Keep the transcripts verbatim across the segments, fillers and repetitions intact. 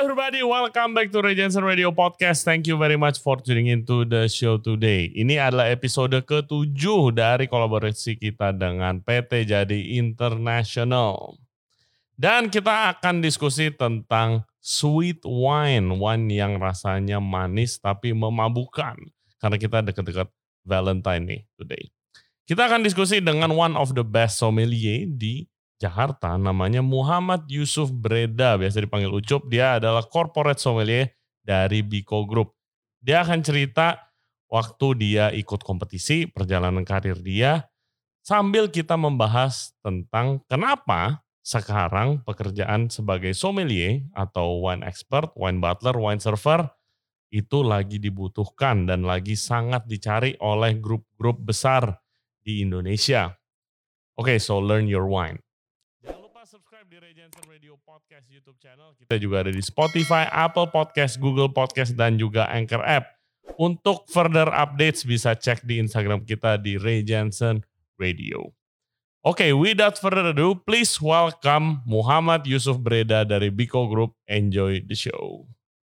everybody, welcome back to Ray Jensen Radio Podcast. Thank you very much for tuning into the show today. Ini adalah episode ketujuh dari kolaborasi kita dengan P T Jadi International. Dan kita akan diskusi tentang sweet wine, wine yang rasanya manis tapi memabukkan. Karena kita dekat-dekat Valentine nih today. Kita akan diskusi dengan one of the best sommelier di Jakarta, namanya Muhammad Yusuf Breda, biasa dipanggil Ucup. Dia adalah corporate sommelier dari Biko Group. Dia akan cerita waktu dia ikut kompetisi, perjalanan karir dia, sambil kita membahas tentang kenapa sekarang pekerjaan sebagai sommelier atau wine expert, wine butler, wine server itu lagi dibutuhkan dan lagi sangat dicari oleh grup-grup besar di Indonesia. Oke, okay, so learn your wine. Jangan lupa subscribe di Ray Jensen Radio Podcast YouTube channel. Kita juga ada di Spotify, Apple Podcast, Google Podcast, dan juga Anchor App. Untuk further updates bisa cek di Instagram kita di Ray Jensen Radio. Oke, okay, without further ado, please welcome Muhammad Yusuf Breda dari Biko Group. Enjoy the show.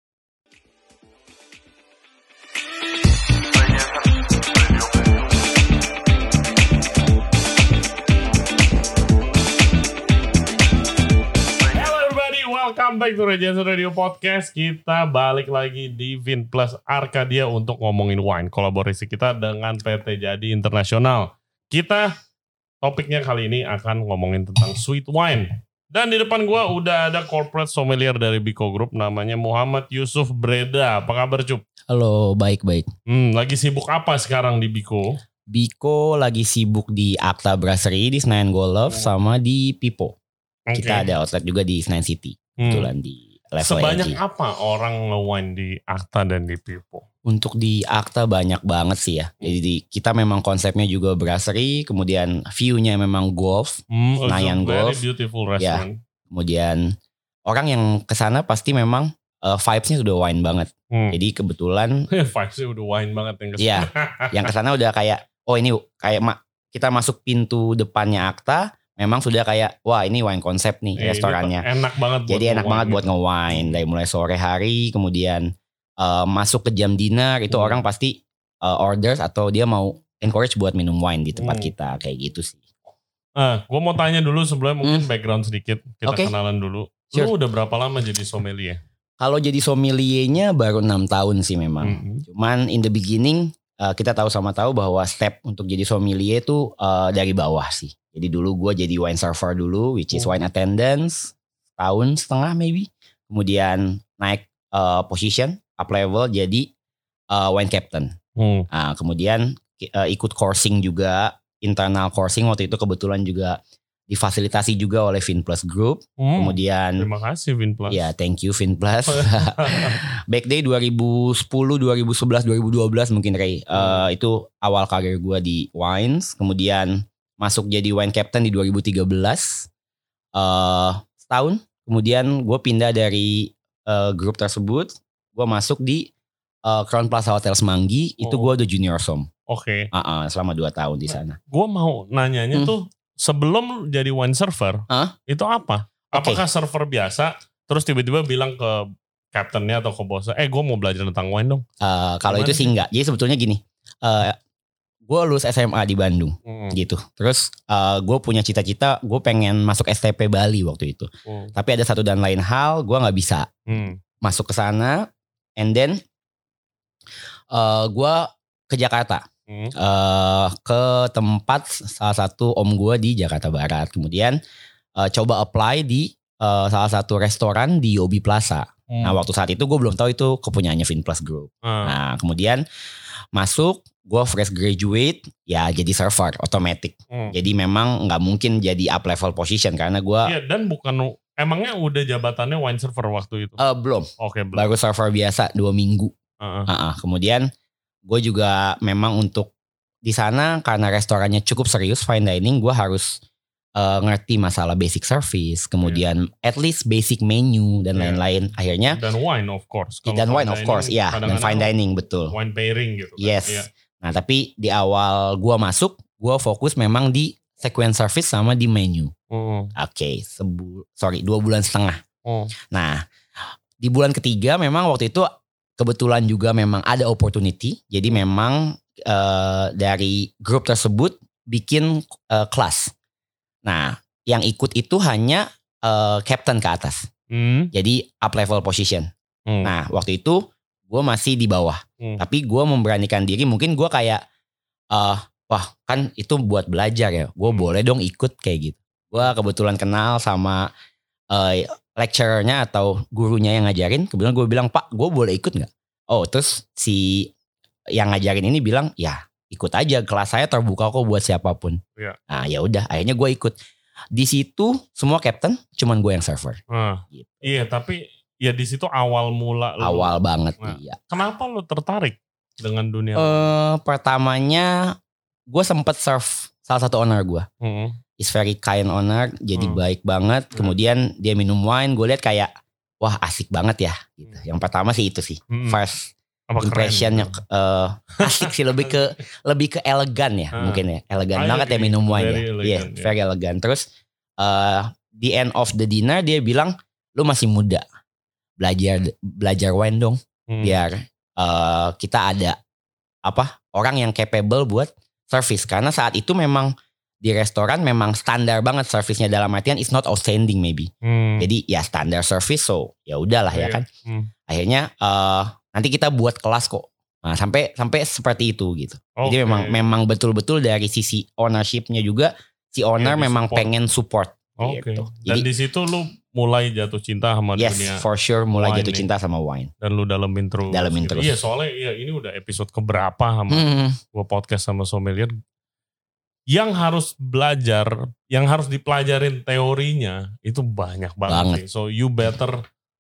Welcome back to Ray Jensen Radio Podcast. Kita balik lagi di Vinplus Arcadia untuk ngomongin wine. Kolaborasi kita dengan P T Jadi International. Kita topiknya kali ini akan ngomongin tentang sweet wine. Dan di depan gua udah ada corporate sommelier dari Biko Group namanya Muhammad Yusuf Breda. Apa kabar, Cup? Halo, baik-baik. Hmm, lagi sibuk apa sekarang di Biko? Biko lagi sibuk di Akta Brasserie di Senayan Golf hmm. sama di Pipo. Okay. Kita ada outlet juga di Senayan City. Kebetulan hmm. di level Sebanyak L G. Apa orang nge-wine di Akta dan di Pipo? Untuk di Akta banyak banget sih ya. Jadi di, kita memang konsepnya juga brasserie, kemudian view-nya memang golf, hmm, Senayan Golf. Very beautiful restaurant. Ya. Kemudian orang yang kesana pasti memang uh, vibes-nya udah wine banget. Hmm. Jadi kebetulan vibes-nya udah wine banget yang kesana. Iya, yang kesana udah kayak, oh ini kayak ma- kita masuk pintu depannya Akta, memang sudah kayak, wah ini wine konsep nih eh, restorannya. Enak banget buat Jadi enak banget buat nge-wine. Dari mulai sore hari, kemudian uh, masuk ke jam dinner, itu hmm. orang pasti uh, orders atau dia mau encourage buat minum wine di tempat hmm. kita. Kayak gitu sih. Ah, gue mau tanya dulu sebelumnya mungkin hmm. background sedikit. Kita okay. kenalan dulu. Sure. Lu udah berapa lama jadi sommelier? Kalau jadi sommeliernya baru enam tahun sih memang. Hmm. Cuman in the beginning, uh, kita tahu sama tahu bahwa step untuk jadi sommelier itu uh, dari bawah sih. Jadi dulu gue jadi wine server dulu, which is oh. wine attendance, tahun setengah maybe. Kemudian naik uh, position, up level jadi uh, wine captain. Hmm. Nah, kemudian uh, ikut coursing juga, internal coursing waktu itu kebetulan juga difasilitasi juga oleh Vinplus Group. Hmm. Kemudian terima kasih Vinplus. Ya, thank you Vinplus. Back day dua ribu sepuluh, dua ribu sebelas, dua ribu dua belas mungkin Ray. Hmm. Uh, itu awal karir gue di wines. Kemudian masuk jadi wine captain di dua ribu tiga belas, uh, setahun. Kemudian gue pindah dari uh, grup tersebut, gue masuk di uh, Crown Plaza Hotel Semanggi. Oh. Itu gue udah junior som. Oke. Okay. Uh-uh, selama dua tahun di sana. Gue mau nanyanya hmm. tuh sebelum jadi wine server, huh? Itu apa? Okay. Apakah server biasa? Terus tiba-tiba bilang ke captainnya atau ke bosnya, eh gue mau belajar tentang wine dong. Uh, kalau itu sih enggak. Jadi sebetulnya gini. Uh, gue lulus S M A di Bandung hmm. gitu. Terus uh, gue punya cita-cita, gue pengen masuk S T P Bali waktu itu. Hmm. Tapi ada satu dan lain hal, gue nggak bisa hmm. masuk ke sana. And then uh, gue ke Jakarta, hmm. uh, ke tempat salah satu om gue di Jakarta Barat. Kemudian uh, coba apply di uh, salah satu restoran di Yobi Plaza. Hmm. Nah waktu saat itu gue belum tahu itu kepunyaannya Vinplus Group. Hmm. Nah kemudian masuk. Gue fresh graduate, ya jadi server otomatis. Hmm. Jadi memang nggak mungkin jadi up level position karena gue. Iya dan bukan emangnya udah jabatannya wine server waktu itu? Uh, belum. Oke okay, belum. Baru server biasa dua minggu. Uh-uh. Uh-uh. Kemudian gue juga memang untuk di sana karena restorannya cukup serius fine dining, gue harus uh, ngerti masalah basic service, kemudian yeah. at least basic menu dan yeah. lain-lain. Akhirnya. Dan wine of course. Dan wine of course, ya. Dan fine dining betul. Wine pairing gitu. Yes. Kan? Yeah. Nah tapi di awal gue masuk, gue fokus memang di sequence service sama di menu. Mm. Oke, okay, sebu- sorry dua bulan setengah. Mm. Nah di bulan ketiga memang waktu itu kebetulan juga memang ada opportunity. Jadi memang uh, dari grup tersebut bikin uh, kelas. Nah, yang ikut itu hanya uh, captain ke atas. Hmm. Jadi up level position. Hmm. Nah, waktu itu gue masih di bawah. Hmm. Tapi gue memberanikan diri, mungkin gue kayak uh, wah kan itu buat belajar ya. Gue hmm. boleh dong ikut kayak gitu. Gue kebetulan kenal sama uh, lecturernya atau gurunya yang ngajarin. Kebetulan gue bilang, Pak, gue boleh ikut gak? Oh, terus si yang ngajarin ini bilang, ya ikut aja, kelas saya terbuka kok buat siapapun. Ya. Nah ya udah, akhirnya gue ikut. Di situ semua captain, cuman gue yang server. Ah, gitu. Iya, tapi ya di situ awal mula. Awal lu, banget, nah, iya. Kenapa lu tertarik dengan dunia? Uh, pertamanya, gue sempet serve salah satu owner gue. Mm-hmm. Is very kind owner, jadi mm. baik banget. Mm. Kemudian dia minum wine, gue lihat kayak, wah asik banget ya. Gitu. Yang pertama sih itu sih, mm. first. Apa impressionnya uh, asik sih, lebih ke lebih ke elegan ya, ah. mungkin ya elegan banget ya minum wine ya, iya yeah, yeah. very elegan. Terus uh, di end of the dinner dia bilang, lu masih muda, belajar belajar wine dong, hmm. biar uh, kita ada apa orang yang capable buat service, karena saat itu memang di restoran memang standar banget servicenya, dalam artian it's not outstanding maybe, hmm. jadi ya standar service, so ya udahlah yeah, ya kan, hmm. akhirnya uh, nanti kita buat kelas kok. Nah, sampai sampai seperti itu gitu. Okay. Jadi memang memang betul-betul dari sisi ownership-nya juga si owner yeah, memang support. pengen support. Oke. Okay. Gitu. Dan di situ lu mulai jatuh cinta sama yes, dunia. Yes, for sure mulai wine jatuh cinta sama wine. Dan lu dalemin terus. Dalemin gitu. terus. Iya, soalnya iya ini udah episode keberapa sama hmm. gua podcast sama sommelier. Yang harus belajar, yang harus dipelajarin teorinya itu banyak banget. banget. So you better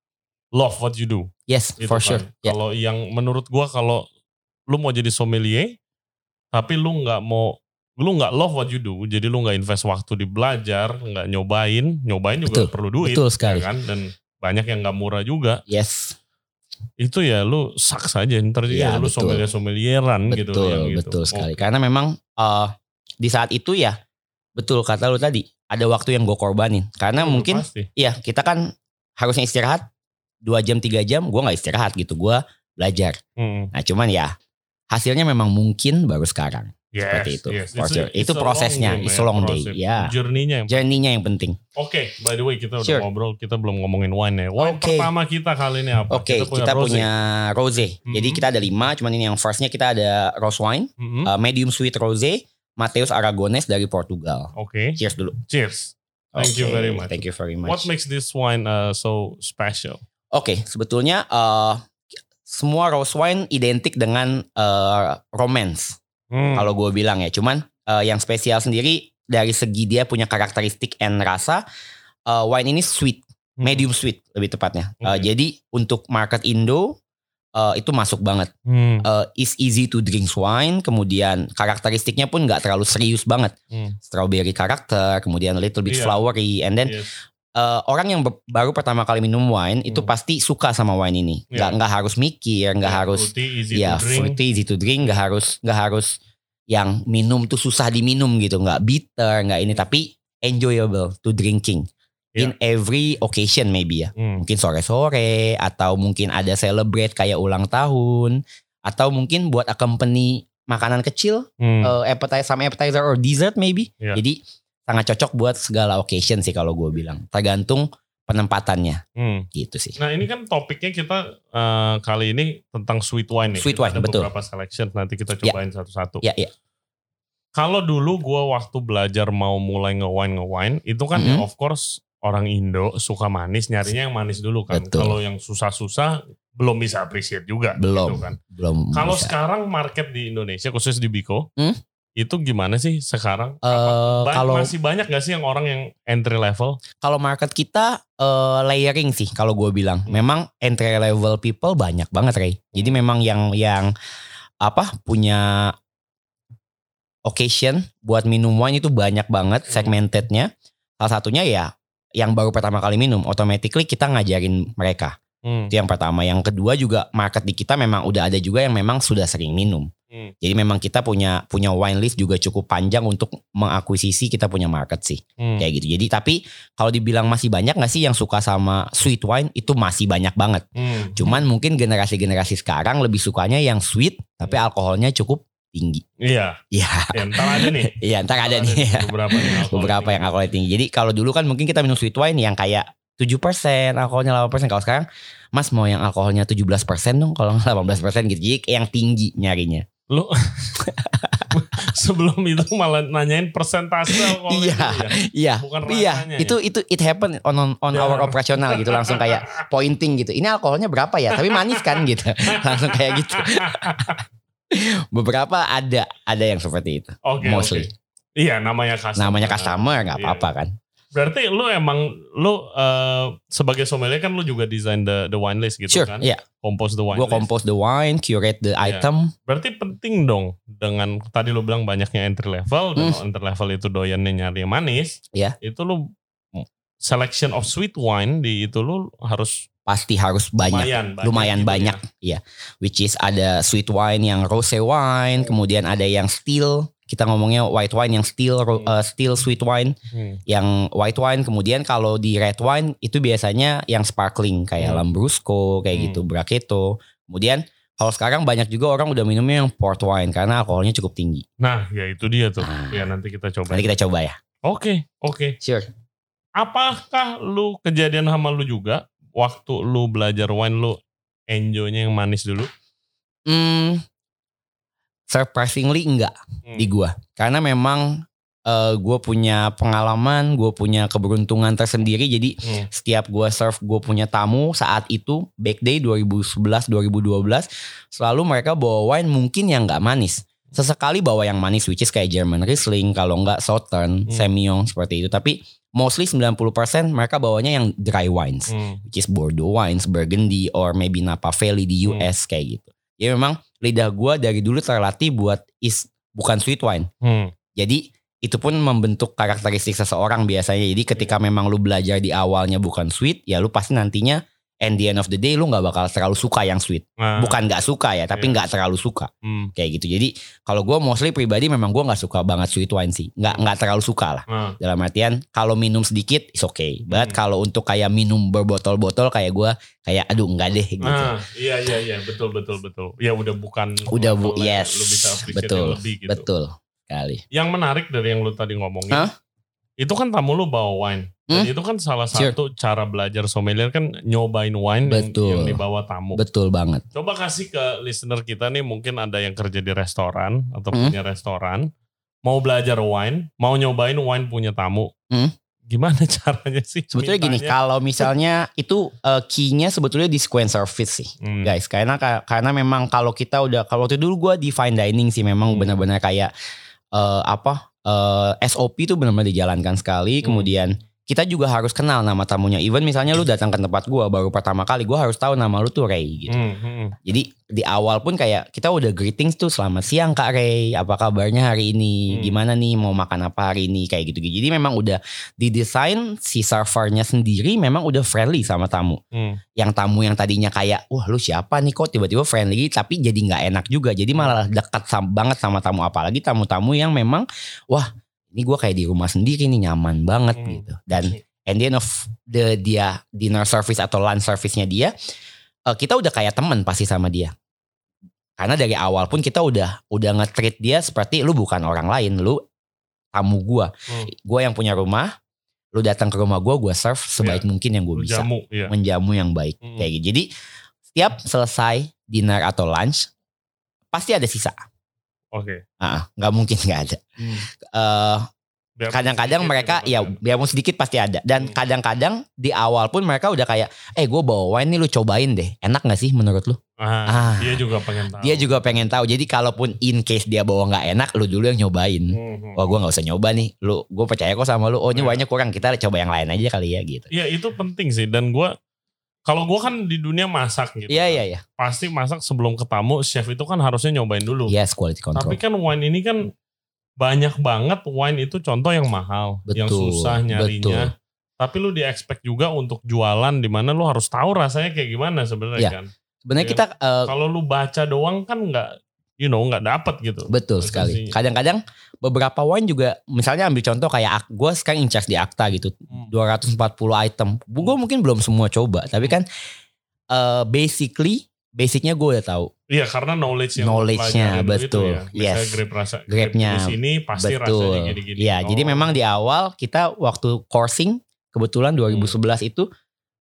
love what you do. Yes, gitu for kan. sure. Yeah. Kalau yang menurut gua, kalau lu mau jadi sommelier, tapi lu nggak mau, lu nggak love what you do, jadi lu nggak invest waktu di belajar, nggak nyobain, nyobain juga betul, perlu duit, betul sekali. Ya kan? Dan banyak yang nggak murah juga. Yes. Itu ya lu saks aja, ntar ya, ya lu sommelier sommelieran gitu. Betul, yang betul gitu. sekali. Oh. Karena memang uh, di saat itu ya, betul kata lu tadi, ada waktu yang gue korbanin. Karena oh, mungkin, pasti. ya kita kan harusnya istirahat. Dua jam, tiga jam, gue gak istirahat gitu. Gue belajar. Hmm. Nah cuman ya, hasilnya memang mungkin baru sekarang. Yes, seperti itu. Yes. For sure. A, itu prosesnya. It's a long day. Ya. Journey-nya yang Journey-nya yang penting. Oke, okay, by the way kita udah sure. ngobrol. Kita belum ngomongin wine ya. Wine okay. pertama kita kali ini apa? Oke, okay, kita punya kita rosé. Punya rosé. Mm-hmm. Jadi kita ada lima, cuman ini yang firstnya kita ada rose wine. Mm-hmm. Uh, medium sweet rosé. Mateus Aragonés dari Portugal. Oke. Okay. Cheers dulu. Cheers. Thank okay. you very much. Thank you very much. What makes this wine uh, so special? Oke, okay, sebetulnya uh, semua rose wine identik dengan uh, romance. Hmm. Kalau gue bilang ya, cuman uh, yang spesial sendiri dari segi dia punya karakteristik and rasa, uh, wine ini sweet, hmm. medium sweet lebih tepatnya. Okay. Uh, jadi untuk market Indo uh, itu masuk banget. Hmm. Uh, is easy to drink wine, kemudian karakteristiknya pun nggak terlalu serius banget. Hmm. Strawberry karakter, kemudian little bit yeah. flowery, and then yes. Uh, orang yang be- baru pertama kali minum wine hmm. itu pasti suka sama wine ini. Yeah. Gak nggak harus mikir, nggak yeah, harus fruity, ya fruity, easy to drink, nggak harus nggak harus yang minum tuh susah diminum gitu, nggak bitter, nggak ini, tapi enjoyable to drinking yeah. in every occasion maybe ya. Hmm. Mungkin sore-sore atau mungkin ada celebrate kayak ulang tahun atau mungkin buat accompany makanan kecil, hmm. uh, appetizer, some appetizer or dessert maybe. Yeah. Jadi sangat cocok buat segala occasion sih kalau gue bilang. Tergantung penempatannya. Hmm. Gitu sih. Nah ini kan topiknya kita uh, kali ini tentang sweet wine nih. Sweet wine, ada betul. beberapa selection, nanti kita cobain ya. satu-satu. Iya, iya. Kalau dulu gue waktu belajar mau mulai nge-wine-nge-wine, itu kan mm-hmm. ya of course orang Indo suka manis, nyarinya yang manis dulu kan. Kalau yang susah-susah belum bisa appreciate juga. Belum. Gitu kan. Belum. Kalau sekarang market di Indonesia, khusus di Biko, hmm? itu gimana sih sekarang? Uh, ba- kalau masih banyak gak sih yang orang yang entry level? Kalau market kita uh, layering sih kalau gue bilang. Hmm. Memang entry level people banyak banget, Ray. Jadi hmm. memang yang yang apa punya occasion buat minum wine itu banyak banget segmentednya. Salah satunya ya yang baru pertama kali minum, automatically kita ngajarin mereka. Hmm. Itu yang pertama. Yang kedua juga market di kita memang udah ada juga yang memang sudah sering minum. Hmm. Jadi memang kita punya punya wine list juga cukup panjang untuk mengakuisisi kita punya market sih. Hmm. Kayak gitu. Jadi tapi kalau dibilang masih banyak gak sih yang suka sama sweet wine, itu masih banyak banget. Hmm. Cuman mungkin generasi-generasi sekarang lebih sukanya yang sweet tapi alkoholnya cukup tinggi. Iya. Iya. Ya, ntar ada nih. Iya, ntar ada, ada nih. Beberapa yang alkohol beberapa yang alkoholnya tinggi. Jadi kalau dulu kan mungkin kita minum sweet wine yang kayak tujuh persen, alkoholnya delapan persen. Kalau sekarang, Mas mau yang alkoholnya tujuh belas persen dong, kalau nggak delapan belas persen gitu. Jadi yang tinggi nyarinya. Lu sebelum itu malah nanyain persentase alkoholnya. Iya, ya? iya. Bukan iya. rasanya. Itu itu it happen on on, on our operational gitu, langsung kayak pointing gitu. Ini alkoholnya berapa ya? Tapi manis kan gitu. Langsung kayak gitu. Beberapa ada ada yang seperti itu. Okay, mostly. Okay. Iya, namanya customer. Namanya customer nggak iya. apa-apa kan. Berarti lu emang lu uh, sebagai sommelier kan lu juga design the the wine list gitu sure, kan? Iya. Compose the wine Gua list. compose the wine, curate the yeah. item. Berarti penting dong dengan tadi lu bilang banyaknya entry level dan mm. entry level itu doyannya nyari yang manis. Iya. Yeah. Itu lu selection of sweet wine di itu lu harus pasti harus banyak, lumayan banyak, lumayan gitu banyak, ya. Which is ada sweet wine yang rosé wine, kemudian ada yang still, kita ngomongnya white wine yang still, hmm. uh, still sweet wine, hmm. yang white wine. Kemudian kalau di red wine itu biasanya yang sparkling kayak hmm. Lambrusco, kayak hmm. gitu, Brachetto. Kemudian kalau sekarang banyak juga orang udah minumnya yang port wine karena alkoholnya cukup tinggi. Nah, ya itu dia tuh. Nah, ya nanti kita coba. Nanti kita coba ya. Oke, okay, oke. Okay. Sure. Apakah lu kejadian sama lu juga? Waktu lu belajar wine lu enjoy-nya yang manis dulu? Hmm, surprisingly enggak hmm. di gua. Karena memang uh, gua punya pengalaman, gua punya keberuntungan tersendiri. Jadi hmm. setiap gua serve gua punya tamu saat itu, back day dua ribu sebelas dua ribu dua belas, selalu mereka bawa wine mungkin yang enggak manis. Sesekali bawa yang manis, which is kayak German Riesling, kalau enggak Sauternes, hmm. Semillon seperti itu. Tapi mostly sembilan puluh persen mereka bawanya yang dry wines, hmm. which is Bordeaux wines, Burgundy, or maybe Napa Valley di U S hmm. kayak gitu. Ya memang lidah gue dari dulu terlatih buat is bukan sweet wine. Hmm. Jadi itu pun membentuk karakteristik seseorang biasanya. Jadi ketika memang lu belajar di awalnya bukan sweet, ya lu pasti nantinya and the end of the day lu gak bakal terlalu suka yang sweet. Nah. Bukan gak suka ya, tapi yeah. gak terlalu suka. Hmm. Kayak gitu. Jadi kalau gue mostly pribadi memang gue gak suka banget sweet wine sih. Gak, gak terlalu suka lah. Hmm. Dalam artian kalau minum sedikit is okay. But hmm. kalau untuk kayak minum berbotol-botol kayak gue, kayak aduh enggak deh gitu. Ah, iya iya iya betul betul betul. Ya udah bukan. Udah bu, yes. Lu bisa appreciate betul, lebih gitu. Betul kali. Yang menarik dari yang lu tadi ngomongin. Huh? Itu kan tamu lu bawa wine. Dan hmm? itu kan salah satu sure. cara belajar sommelier kan nyobain wine Betul. yang, yang dibawa tamu. Betul banget. Coba kasih ke listener kita nih, mungkin ada yang kerja di restoran atau hmm? punya restoran, mau belajar wine, mau nyobain wine punya tamu. Hmm? Gimana caranya sih? Sebetulnya mintanya? Gini, kalau misalnya itu uh, key-nya sebetulnya di sequence service sih, hmm. guys. Karena karena memang kalau kita udah, kalau waktu dulu gue di fine dining sih memang hmm. benar-benar kayak uh, apa uh, S O P itu benar-benar dijalankan sekali. Hmm. Kemudian kita juga harus kenal nama tamunya. Even misalnya lu datang ke tempat gue baru pertama kali, gue harus tahu nama lu tuh Ray gitu. Hmm, hmm. Jadi di awal pun kayak kita udah greetings tuh, selamat siang Kak Ray, apa kabarnya hari ini, hmm. gimana nih mau makan apa hari ini, kayak gitu. Jadi memang udah didesain si servernya sendiri memang udah friendly sama tamu. Hmm. Yang tamu yang tadinya kayak wah lu siapa nih kok tiba-tiba friendly, tapi jadi nggak enak juga. Jadi malah dekat sama, banget sama tamu, apalagi tamu-tamu yang memang wah ini gue kayak di rumah sendiri nih, nyaman banget hmm. gitu. Dan and the end of the dia dinner service atau lunch service-nya dia, uh, kita udah kayak teman pasti sama dia. Karena dari awal pun kita udah udah nge-treat dia seperti lu bukan orang lain, lu tamu gue. Hmm. Gue yang punya rumah, lu datang ke rumah gue, gue serve sebaik yeah. mungkin yang gue bisa. Menjamu, yeah. Menjamu yang baik. Hmm. Kayak gitu. Jadi setiap selesai dinner atau lunch, pasti ada sisa. Oke. Okay. Ah, nggak mungkin nggak ada. Hmm. Uh, kadang-kadang mereka ya biar mau sedikit pasti ada. Dan hmm. kadang-kadang di awal pun mereka udah kayak, eh gue bawa wine nih lu cobain deh. Enak nggak sih menurut lu? Ah, ah, dia juga pengen tahu. Dia juga pengen tahu. Jadi kalaupun in case dia bawa nggak enak, lu dulu yang nyobain. Hmm. Wah gue nggak usah nyoba nih. Lu, gue percaya kok sama lu. Oh ini hmm. wine-nya kurang. Kita coba yang lain aja kali ya gitu. Iya itu penting sih. Dan gue kalau gue kan di dunia masak gitu. Iya, kan. iya, iya. Pasti masak sebelum ke tamu, chef itu kan harusnya nyobain dulu. Yes, quality control. Tapi kan wine ini kan banyak banget wine itu contoh yang mahal. Betul, yang susah nyarinya. Betul. Tapi lu di-expect juga untuk jualan di mana lu harus tahu rasanya kayak gimana sebenarnya ya. kan. Sebenarnya ya. kita. Uh, Kalau lu baca doang kan gak, you know nggak dapet gitu. Betul sekali. Kadang-kadang beberapa wine juga, misalnya ambil contoh kayak gue sekarang in charge di Akta gitu, hmm. dua ratus empat puluh item. Gue mungkin belum semua coba, tapi kan uh, basically basicnya gue udah tahu. Iya, karena knowledge-nya knowledge-nya betul. Itu ya. Yes. Grape rasa, grape-nya grape di sini pasti betul. rasanya gini-gini. Iya, oh. jadi memang di awal kita waktu coursing kebetulan dua ribu sebelas hmm. itu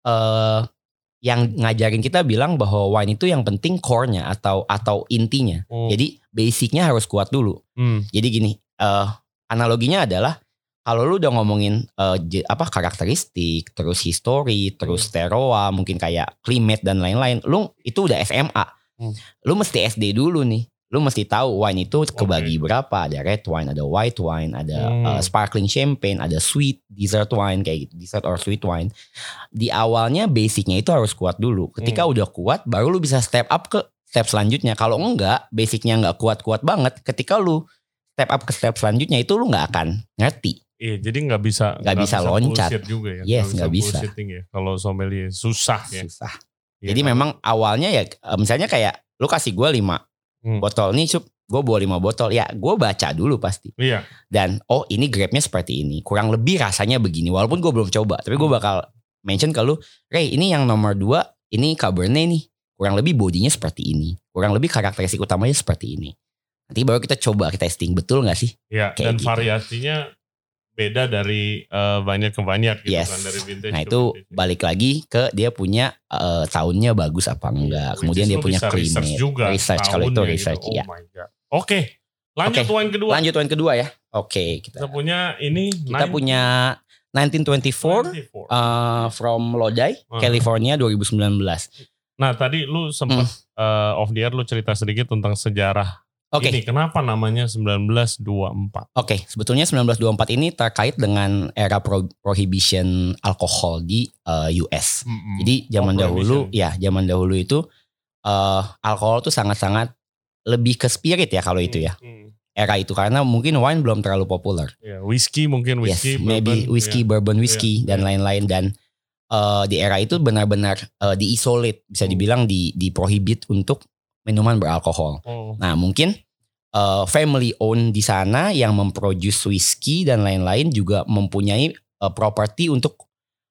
uh, yang ngajarin kita bilang bahwa wine itu yang penting core-nya atau atau intinya. Hmm. Jadi basicnya harus kuat dulu. Hmm. Jadi gini, uh, analoginya adalah kalau lu udah ngomongin uh, apa karakteristik, terus history, terus terroir, mungkin kayak climate dan lain-lain, lu itu udah S M A. Hmm. Lu mesti S D dulu nih. Lu mesti tahu wine itu kebagi okay. berapa. Ada red wine, ada white wine, ada hmm. uh, sparkling champagne, ada sweet, dessert wine kayak gitu, dessert or sweet wine. Di awalnya basicnya itu harus kuat dulu. Ketika hmm. udah kuat, baru lu bisa step up ke step selanjutnya. Kalau enggak, basicnya enggak kuat-kuat banget. Ketika lu step up ke step selanjutnya itu lu enggak akan ngerti. Iya, jadi nggak bisa nggak bisa, bisa loncat juga ya. Yes, nggak bisa. Ya. Kalau sommelier susah ya. Susah. Ya, jadi kan? Memang awalnya ya, misalnya kayak lu kasih gue lima hmm. botol nih, cup, gue bawa lima botol. Ya, gue baca dulu pasti. Iya. Dan oh ini grape-nya seperti ini, kurang lebih rasanya begini. Walaupun gue belum coba, tapi gue bakal mention ke lu, Ray, ini yang nomor dua, ini Cabernet nih, kurang lebih bodinya seperti ini, kurang lebih karakteristik utamanya seperti ini. Nanti baru kita coba kita testing, betul nggak sih? Iya. Dan gitu. Variasinya beda dari uh, banyak ke banyak gitu yes. kan, dari vintage. Nah itu vintage. Balik lagi ke dia punya uh, tahunnya bagus apa enggak. Kemudian dia punya climate. Research juga. Research kalau itu research gitu. ya. Oh my God. Oke, lanjut okay. wine kedua. Lanjut wine kedua ya. Oke, okay, kita, kita punya ini. Kita nine, punya nineteen twenty-four, twenty-four. Uh, from Lodi, uh-huh. California dua ribu sembilan belas. Nah tadi lu sempat hmm. uh, off the air lu cerita sedikit tentang sejarah. Oke. Okay. Ini kenapa namanya sembilan belas dua puluh empat? Oke, okay. Sebetulnya sembilan belas dua puluh empat ini terkait dengan era pro- prohibition alkohol di uh, U S. Mm-hmm. Jadi zaman oh, dahulu, ya zaman dahulu itu uh, alkohol tuh sangat-sangat lebih ke spirit ya kalau mm-hmm. itu ya. Era itu karena mungkin wine belum terlalu populer. Yeah, whiskey mungkin whiskey, yes, maybe whiskey, yeah. bourbon whiskey yeah. dan yeah. lain-lain dan uh, di era itu benar-benar uh, di-isolate, bisa dibilang di di-prohibit untuk minuman beralkohol. Oh. Nah mungkin uh, family owned di sana yang memproduce whiskey dan lain-lain juga mempunyai uh, properti untuk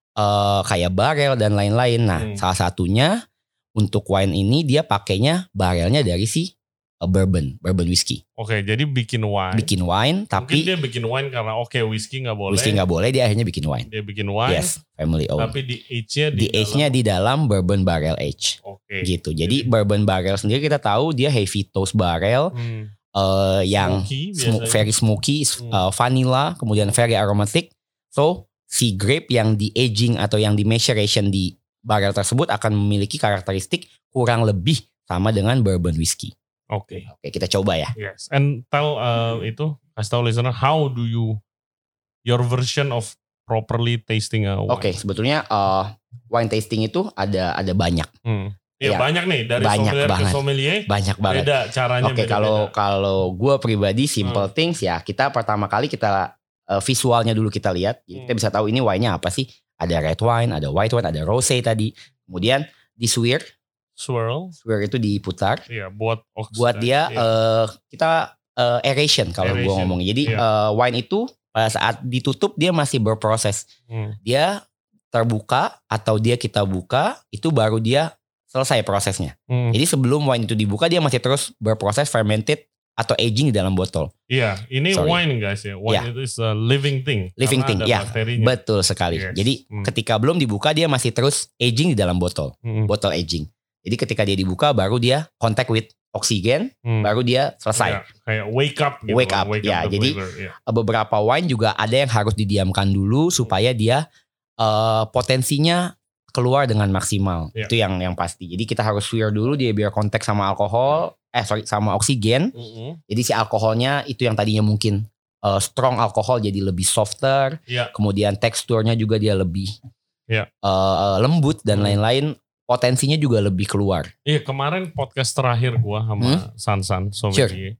uh, kayak barel dan lain-lain. Nah hmm. salah satunya untuk wine ini dia pakainya barelnya dari si uh, bourbon, bourbon whiskey. Oke, jadi bikin wine. Bikin wine, tapi mungkin dia bikin wine karena oke okay, whiskey nggak boleh. Whiskey nggak boleh, dia akhirnya bikin wine. Dia bikin wine. Yes, family owned. Tapi di age-nya di, di age-nya di dalam bourbon barrel age. Oke. Okay. Gitu. Jadi, jadi bourbon barrel sendiri kita tahu dia heavy toast barrel hmm. uh, yang smoky, sm- very smoky, hmm. uh, vanilla, kemudian very aromatic. So si grape yang di aging atau yang di maceration di barrel tersebut akan memiliki karakteristik kurang lebih sama dengan bourbon whiskey. Oke, okay. Oke okay, kita coba ya. Yes, and tell uh, itu kasih tahu listener how do you your version of properly tasting a wine. Oke, okay, sebetulnya uh, wine tasting itu ada ada banyak. Hmm. Ya, ya banyak nih dari banyak sommelier banget. ke sommelier. Banyak banget. Beda caranya. Oke, okay, kalau kalau gue pribadi simple hmm. things ya kita pertama kali kita uh, visualnya dulu kita lihat, jadi hmm. kita bisa tahu ini wine-nya apa sih. Ada red wine, ada white wine, ada rosé tadi. Kemudian di swirl. Swirl. Swirl itu diputar. Iya, buat oxidasi. Buat dia iya. uh, kita uh, aeration kalau gue ngomong. Jadi iya. uh, wine itu pada saat ditutup dia masih berproses. Hmm. Dia terbuka atau dia kita buka itu baru dia selesai prosesnya. Hmm. Jadi sebelum wine itu dibuka dia masih terus berproses fermented atau aging di dalam botol. Iya, ini Sorry. wine guys ya. Wine yeah. itu is a living thing. Living thing, ya. Betul sekali. Yes. Jadi hmm. ketika belum dibuka dia masih terus aging di dalam botol. Hmm. Botol aging. Jadi ketika dia dibuka baru dia contact with oksigen, hmm. baru dia selesai. Ya, kayak wake up gitu. Wake up, wake ya. Up jadi yeah. beberapa wine juga ada yang harus didiamkan dulu supaya dia uh, potensinya keluar dengan maksimal. Yeah. Itu yang yang pasti. Jadi kita harus swirl dulu dia biar kontak sama alkohol, eh sorry sama oksigen. Mm-hmm. Jadi si alkoholnya itu yang tadinya mungkin uh, strong alkohol jadi lebih softer. Yeah. Kemudian teksturnya juga dia lebih yeah. uh, lembut dan mm. lain-lain. Potensinya juga lebih keluar. Iya, kemarin podcast terakhir gua sama hmm? Sansan sommelier. Sure.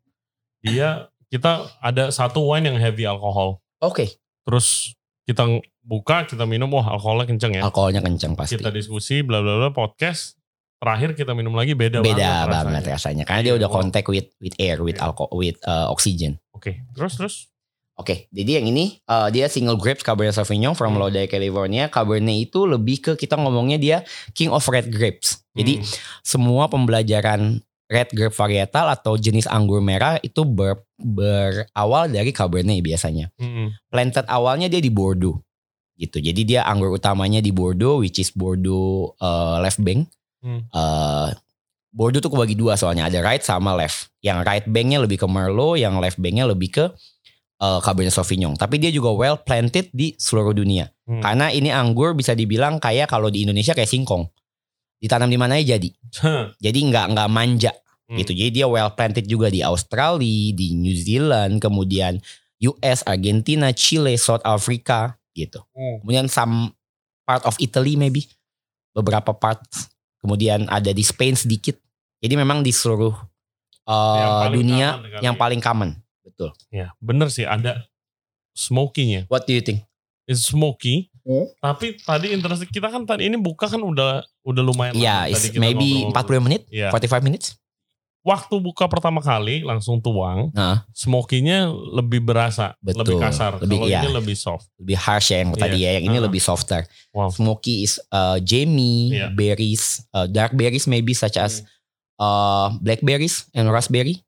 Dia kita ada satu wine yang heavy alkohol. Oke. Okay. Terus kita buka, kita minum, wah alkoholnya kenceng ya. Alkoholnya kenceng pasti. Kita diskusi bla bla bla podcast. terakhir kita minum lagi beda, beda banget, banget rasanya. rasanya karena dia udah wow. contact with with air, with yeah. alcohol, with uh, oxygen. Oke, okay. terus terus. Oke, okay. jadi yang ini uh, dia single grapes Cabernet Sauvignon from hmm. Lodi, California. Cabernet itu lebih ke kita ngomongnya dia king of red grapes. Jadi hmm. semua pembelajaran red grape varietal atau jenis anggur merah itu ber, berawal dari Cabernet biasanya. Hmm. Planted awalnya dia di Bordeaux gitu. Jadi dia anggur utamanya di Bordeaux, which is Bordeaux uh, left bank. Hmm. Uh, Bordeaux tuh kebagi dua soalnya, ada right sama left. Yang right banknya lebih ke Merlot, yang left banknya lebih ke Uh, Cabernet Sauvignon. Tapi dia juga well planted di seluruh dunia. Hmm. Karena ini anggur bisa dibilang kayak kalau di Indonesia kayak singkong. Ditanam di mana aja jadi. Jadi nggak nggak manja hmm. gitu. Jadi dia well planted juga di Australia, di New Zealand, kemudian U S, Argentina, Chile, South Africa gitu. Hmm. Kemudian some part of Italy maybe. Beberapa part. Kemudian ada di Spain sedikit. Jadi memang di seluruh uh, yang dunia yang paling common. Betul. Ya, bener sih ada smoky-nya. What do you think? It's smoky. Hmm? Tapi tadi interest kita kan tadi ini buka kan udah udah lumayan yeah, lama. Iya, maybe empat puluh menit, yeah. forty-five minutes. Waktu buka pertama kali langsung tuang, nah. smoky-nya lebih berasa, betul. lebih kasar. Lebih, Kalau yeah. ini lebih soft. Lebih harsh ya yang yeah. tadi ya, yang ini uh-huh. lebih softer. Wow. Smoky is uh, jammy, yeah. berries, uh, dark berries maybe such as hmm. uh, blackberries and raspberry.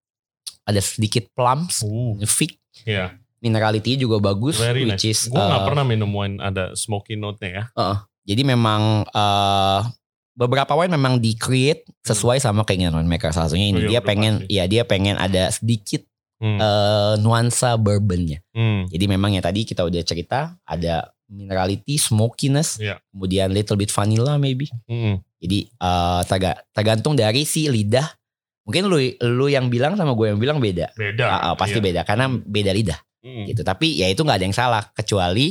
Ada sedikit plums, uh. fig, yeah. minerality juga bagus, very which nice. is. Gue nggak uh, pernah minum wine ada smoky note-nya ya. Uh, jadi memang uh, beberapa wine memang di create sesuai sama keinginan winemaker. Salah satunya ini oh, dia pengen, pasti. ya dia pengen ada sedikit hmm. uh, nuansa bourbonnya. Hmm. Jadi memang ya tadi kita udah cerita ada minerality, smokiness, yeah. kemudian little bit vanilla maybe. Hmm. Jadi uh, tergantung dari si lidah. Mungkin lu lu yang bilang sama gue yang bilang beda. Beda. Uh, uh, pasti iya. beda karena beda lidah. Hmm. Gitu. Tapi ya itu enggak ada yang salah kecuali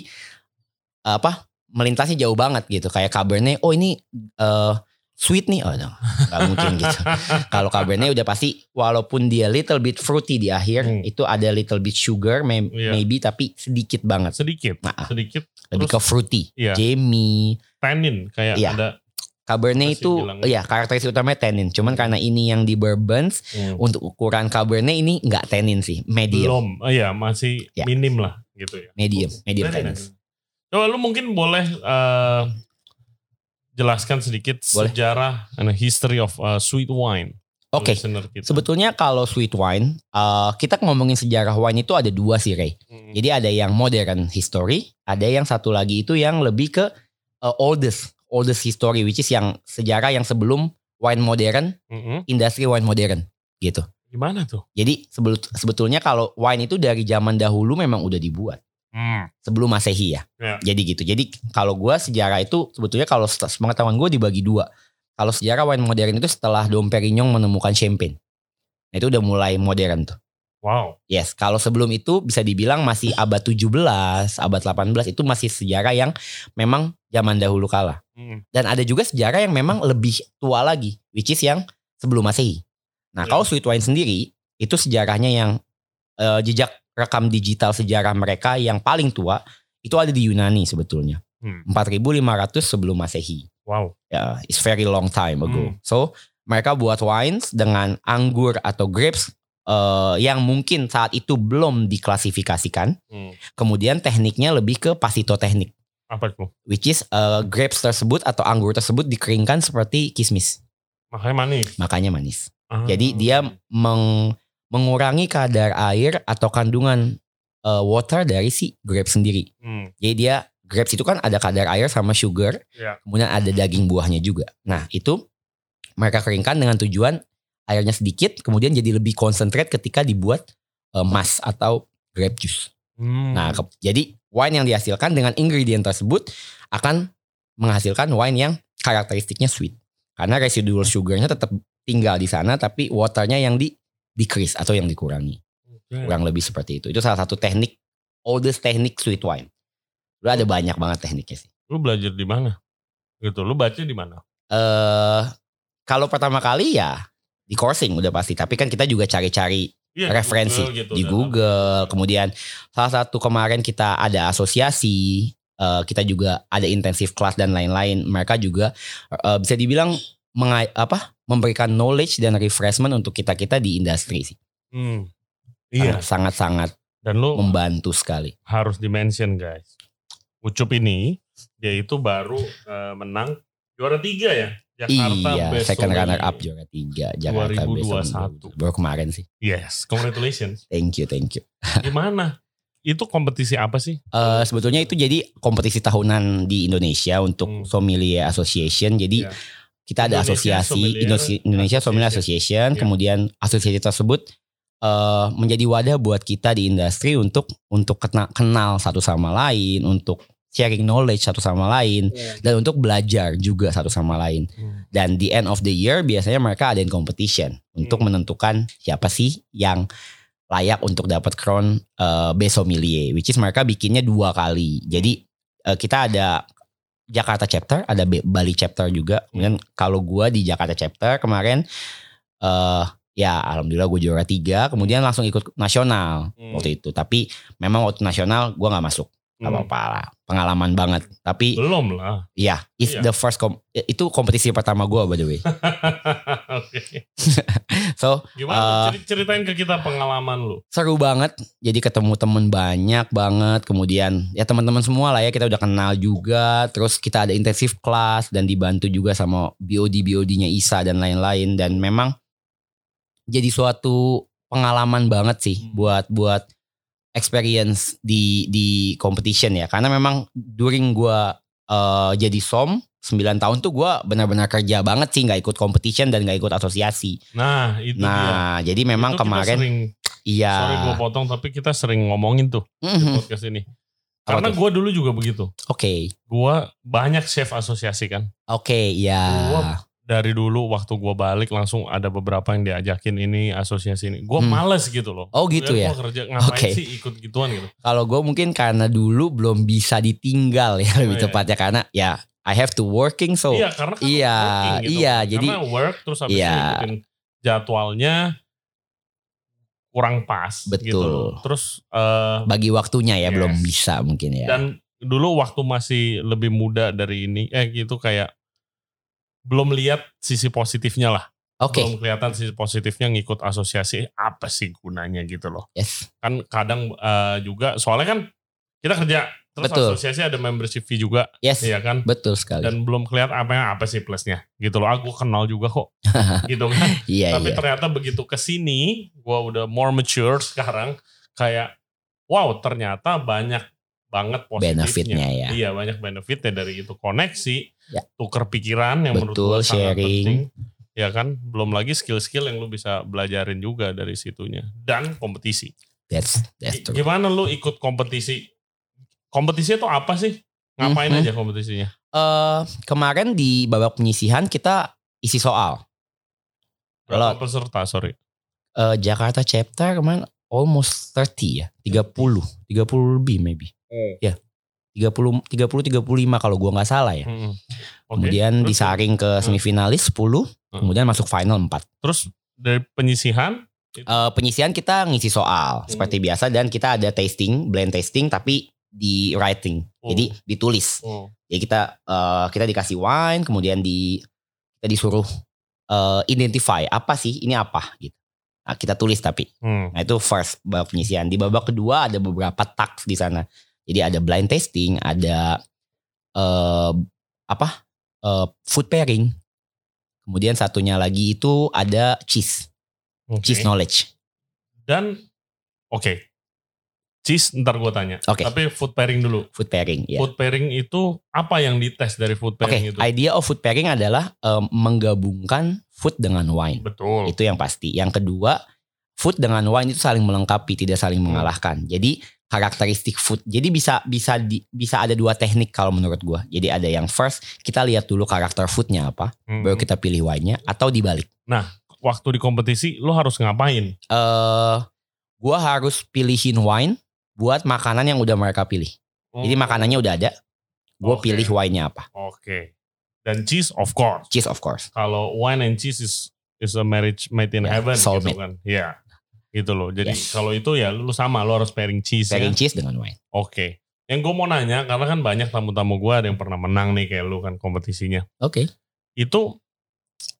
uh, apa? Melintasnya jauh banget gitu. Kayak Cabernet, oh ini uh, sweet nih. Oh, no. Gak mungkin gitu. Kalau Cabernet udah pasti walaupun dia little bit fruity di akhir, hmm. itu ada little bit sugar may, yeah. maybe tapi sedikit banget. Sedikit. Nah, sedikit. Lebih terus, ke fruity. Iya. Jammy. Tannin kayak iya. ada Cabernet itu ya karakteristik utamanya tannin. Cuman karena ini yang di bourbons hmm. untuk ukuran Cabernet ini nggak tannin sih, medium. Belum, oh, ya masih ya. minim lah gitu ya. Medium, medium tannin. Coba lu mungkin boleh uh, jelaskan sedikit boleh. sejarah and history of uh, sweet wine. Oke, okay. Sebetulnya kalau sweet wine, uh, kita ngomongin sejarah wine itu ada dua sih Ray. Hmm. Jadi ada yang modern history, ada yang satu lagi itu yang lebih ke uh, oldest. oldest history, which is yang sejarah yang sebelum wine modern, mm-hmm. industri wine modern, gitu. Gimana tuh? Jadi sebetulnya kalau wine itu dari zaman dahulu memang udah dibuat, mm. sebelum Masehi ya. Yeah. Jadi gitu. Jadi kalau gue sejarah itu sebetulnya kalau pengetahuan gue dibagi dua. Kalau sejarah wine modern itu setelah Dom Perignon menemukan champagne, nah itu udah mulai modern tuh. Wow. Yes, kalau sebelum itu bisa dibilang masih abad tujuh belas, abad delapan belas itu masih sejarah yang memang zaman dahulu kala. Hmm. Dan ada juga sejarah yang memang lebih tua lagi, which is yang sebelum Masehi. Nah, yeah. kalau sweet wine sendiri itu sejarahnya yang uh, jejak rekam digital sejarah mereka yang paling tua itu ada di Yunani sebetulnya. Hmm. empat ribu lima ratus sebelum Masehi. Wow. Ya, yeah, it's very long time ago. Hmm. So, mereka buat wines dengan anggur atau grapes Uh, yang mungkin saat itu belum diklasifikasikan. Hmm. Kemudian tekniknya lebih ke pasito-teknik. Apa itu? Which is uh, grapes tersebut atau anggur tersebut dikeringkan seperti kismis. Makanya manis. Makanya manis. Ah. Jadi dia meng, mengurangi kadar air atau kandungan uh, water dari si grapes sendiri. Hmm. Jadi dia grapes itu kan ada kadar air sama sugar. Yeah. Kemudian ada daging buahnya juga. Nah itu mereka keringkan dengan tujuan airnya sedikit, kemudian jadi lebih concentrate ketika dibuat uh, mas atau grape juice. Hmm. Nah, ke, jadi wine yang dihasilkan dengan ingredient tersebut akan menghasilkan wine yang karakteristiknya sweet. Karena residual sugarnya tetap tinggal di sana, tapi waternya yang di decrease atau yang dikurangi. Okay. Kurang lebih seperti itu. Itu salah satu teknik, oldest teknik sweet wine. Lu ada banyak banget tekniknya sih. Lu belajar di mana? Gitu, lu baca di mana? Eh, uh, kalau pertama kali ya di coursing udah pasti, tapi kan kita juga cari-cari ya, referensi Google, gitu, di Google. Kemudian salah satu kemarin kita ada asosiasi, uh, kita juga ada intensif kelas dan lain-lain. Mereka juga uh, bisa dibilang menga- apa memberikan knowledge dan refreshment untuk kita-kita di industri sih. Hmm. Iya. Sangat-sangat dan lu membantu sekali. Harus dimention guys. Ucup ini dia itu baru uh, menang juara tiga ya. Jakarta iya, Best second Sommelier. runner up juara tiga Jakarta dua ribu dua puluh satu. Baru kemarin sih. Yes, congratulations. Thank you, thank you. Gimana? Itu kompetisi apa sih? Uh, sebetulnya itu jadi kompetisi tahunan di Indonesia untuk hmm. Sommelier Association. Jadi yeah. kita ada Indonesia asosiasi Sommelier Indonesia, Indonesia Sommelier Association. Yeah. Kemudian asosiasi tersebut uh, menjadi wadah buat kita di industri untuk untuk kenal, kenal satu sama lain, untuk sharing knowledge satu sama lain, yeah. dan untuk belajar juga satu sama lain. Hmm. Dan di end of the year biasanya mereka adain competition hmm. untuk menentukan siapa sih yang layak untuk dapat crown uh, Best Sommelier, which is mereka bikinnya dua kali. Jadi uh, kita ada Jakarta chapter, ada Bali chapter juga. Kemudian kalau gue di Jakarta chapter kemarin, uh, ya alhamdulillah gue juara tiga. Kemudian langsung ikut nasional hmm. waktu itu. Tapi memang waktu nasional gue nggak masuk. Gak hmm. apa-apa lah, pengalaman banget. Tapi belum lah. Iya, it's iya. the first kom- itu kompetisi pertama gue by the way. Oke. So, gimana? Uh, ceritain ke kita pengalaman lu. Seru banget. Jadi ketemu temen banyak banget. Kemudian ya teman-teman semua lah ya, kita udah kenal juga. Terus kita ada intensif kelas dan dibantu juga sama B O D B O D-nya Isa dan lain-lain. Dan memang jadi suatu pengalaman banget sih hmm. buat buat experience di di competition ya, karena memang during gue uh, jadi som sembilan tahun tuh gue benar-benar kerja banget sih, nggak ikut competition dan nggak ikut asosiasi. Nah itu nah dia. Jadi memang itu kemarin sering, iya sorry gue potong tapi kita sering ngomongin tuh mm-hmm. di podcast ini karena gue dulu juga begitu. Oke. Okay. Gue banyak chef asosiasi kan. Oke okay, ya. Gue dari dulu waktu gue balik langsung ada beberapa yang diajakin ini asosiasi ini. Gue hmm. males gitu loh. Oh gitu ya. Gue kerja ngapain okay. sih ikut gituan gitu. Kalau gue mungkin karena dulu belum bisa ditinggal ya lebih oh, tepatnya iya. Karena ya I have to working so. Iya karena kan iya, working gitu. Iya karena jadi. work terus habis iya. itu ikutin jadwalnya kurang pas. Betul. Gitu loh. Terus. Uh, bagi waktunya ya yes. belum bisa mungkin ya. Dan dulu waktu masih lebih muda dari ini. Eh gitu kayak. Belum lihat sisi positifnya lah. Okay. Belum kelihatan sisi positifnya ngikut asosiasi apa sih gunanya gitu loh. Yes. Kan kadang uh, juga soalnya kan kita kerja terus Betul. Asosiasi ada membership fee juga. Yes. Iya kan? Betul sekali. Dan belum kelihatan apa apa sih plusnya gitu loh. Aku kenal juga kok. gitu kan. Iya, Tapi iya. ternyata begitu kesini gue udah more mature sekarang kayak wow ternyata banyak banget positifnya. Benefitnya ya. Iya banyak benefitnya dari itu koneksi, ya. Tuker pikiran yang Betul, menurut gue sangat sharing. penting. Ya kan, belum lagi skill-skill yang lu bisa belajarin juga dari situnya dan kompetisi. That's that's true. Gimana lu ikut kompetisi? Kompetisi itu apa sih? Ngapain mm-hmm. aja kompetisinya? Uh, kemarin di babak penyisihan kita isi soal. Berapa peserta? Sorry. Uh, Jakarta chapter kemarin almost thirty ya, tiga puluh, tiga puluh lebih maybe. Hmm. Ya, tiga puluh, tiga puluh, tiga puluh lima kalau gua nggak salah ya. Hmm. Okay. Kemudian terus, disaring ke semifinalis sepuluh, hmm. kemudian masuk final empat. Terus dari penyisihan? Uh, penyisihan kita ngisi soal hmm. seperti biasa dan kita ada tasting, blend tasting tapi di writing, hmm. jadi ditulis. Hmm. Jadi kita uh, kita dikasih wine, kemudian di kita disuruh uh, identify apa sih ini apa gitu. Nah, kita tulis tapi, hmm. nah itu first babak penyisihan. Di babak kedua ada beberapa task di sana. Jadi ada blind tasting, ada uh, apa uh, food pairing. Kemudian satunya lagi itu ada cheese, okay. cheese knowledge. Dan oke, okay. cheese ntar gue tanya. Okay. Tapi food pairing dulu. Food pairing, ya. Food pairing itu apa yang dites dari food pairing okay. itu? Idea of food pairing adalah um, menggabungkan food dengan wine. Betul. Itu yang pasti. Yang kedua, food dengan wine itu saling melengkapi, tidak saling hmm. mengalahkan. Jadi karakteristik food. Jadi bisa bisa di, bisa ada dua teknik kalau menurut gue. Jadi ada yang first kita lihat dulu karakter foodnya apa, hmm. baru kita pilih wine-nya atau dibalik. Nah, waktu di kompetisi lo harus ngapain? Eh, uh, gue harus pilihin wine buat makanan yang udah mereka pilih. Hmm. Jadi makanannya udah ada, gue okay. pilih wine-nya apa. Oke. Okay. Dan cheese of course. Cheese of course. Kalau wine and cheese is is a marriage made in yeah, heaven gitu kan. Iya. Yeah. Gitu loh. Jadi yes. kalau itu ya lu sama, lu harus pairing cheese. Pairing ya? cheese dengan wine. Oke. Okay. Yang gue mau nanya, karena kan banyak tamu-tamu gue ada yang pernah menang nih kayak lu kan kompetisinya. Oke. Okay. Itu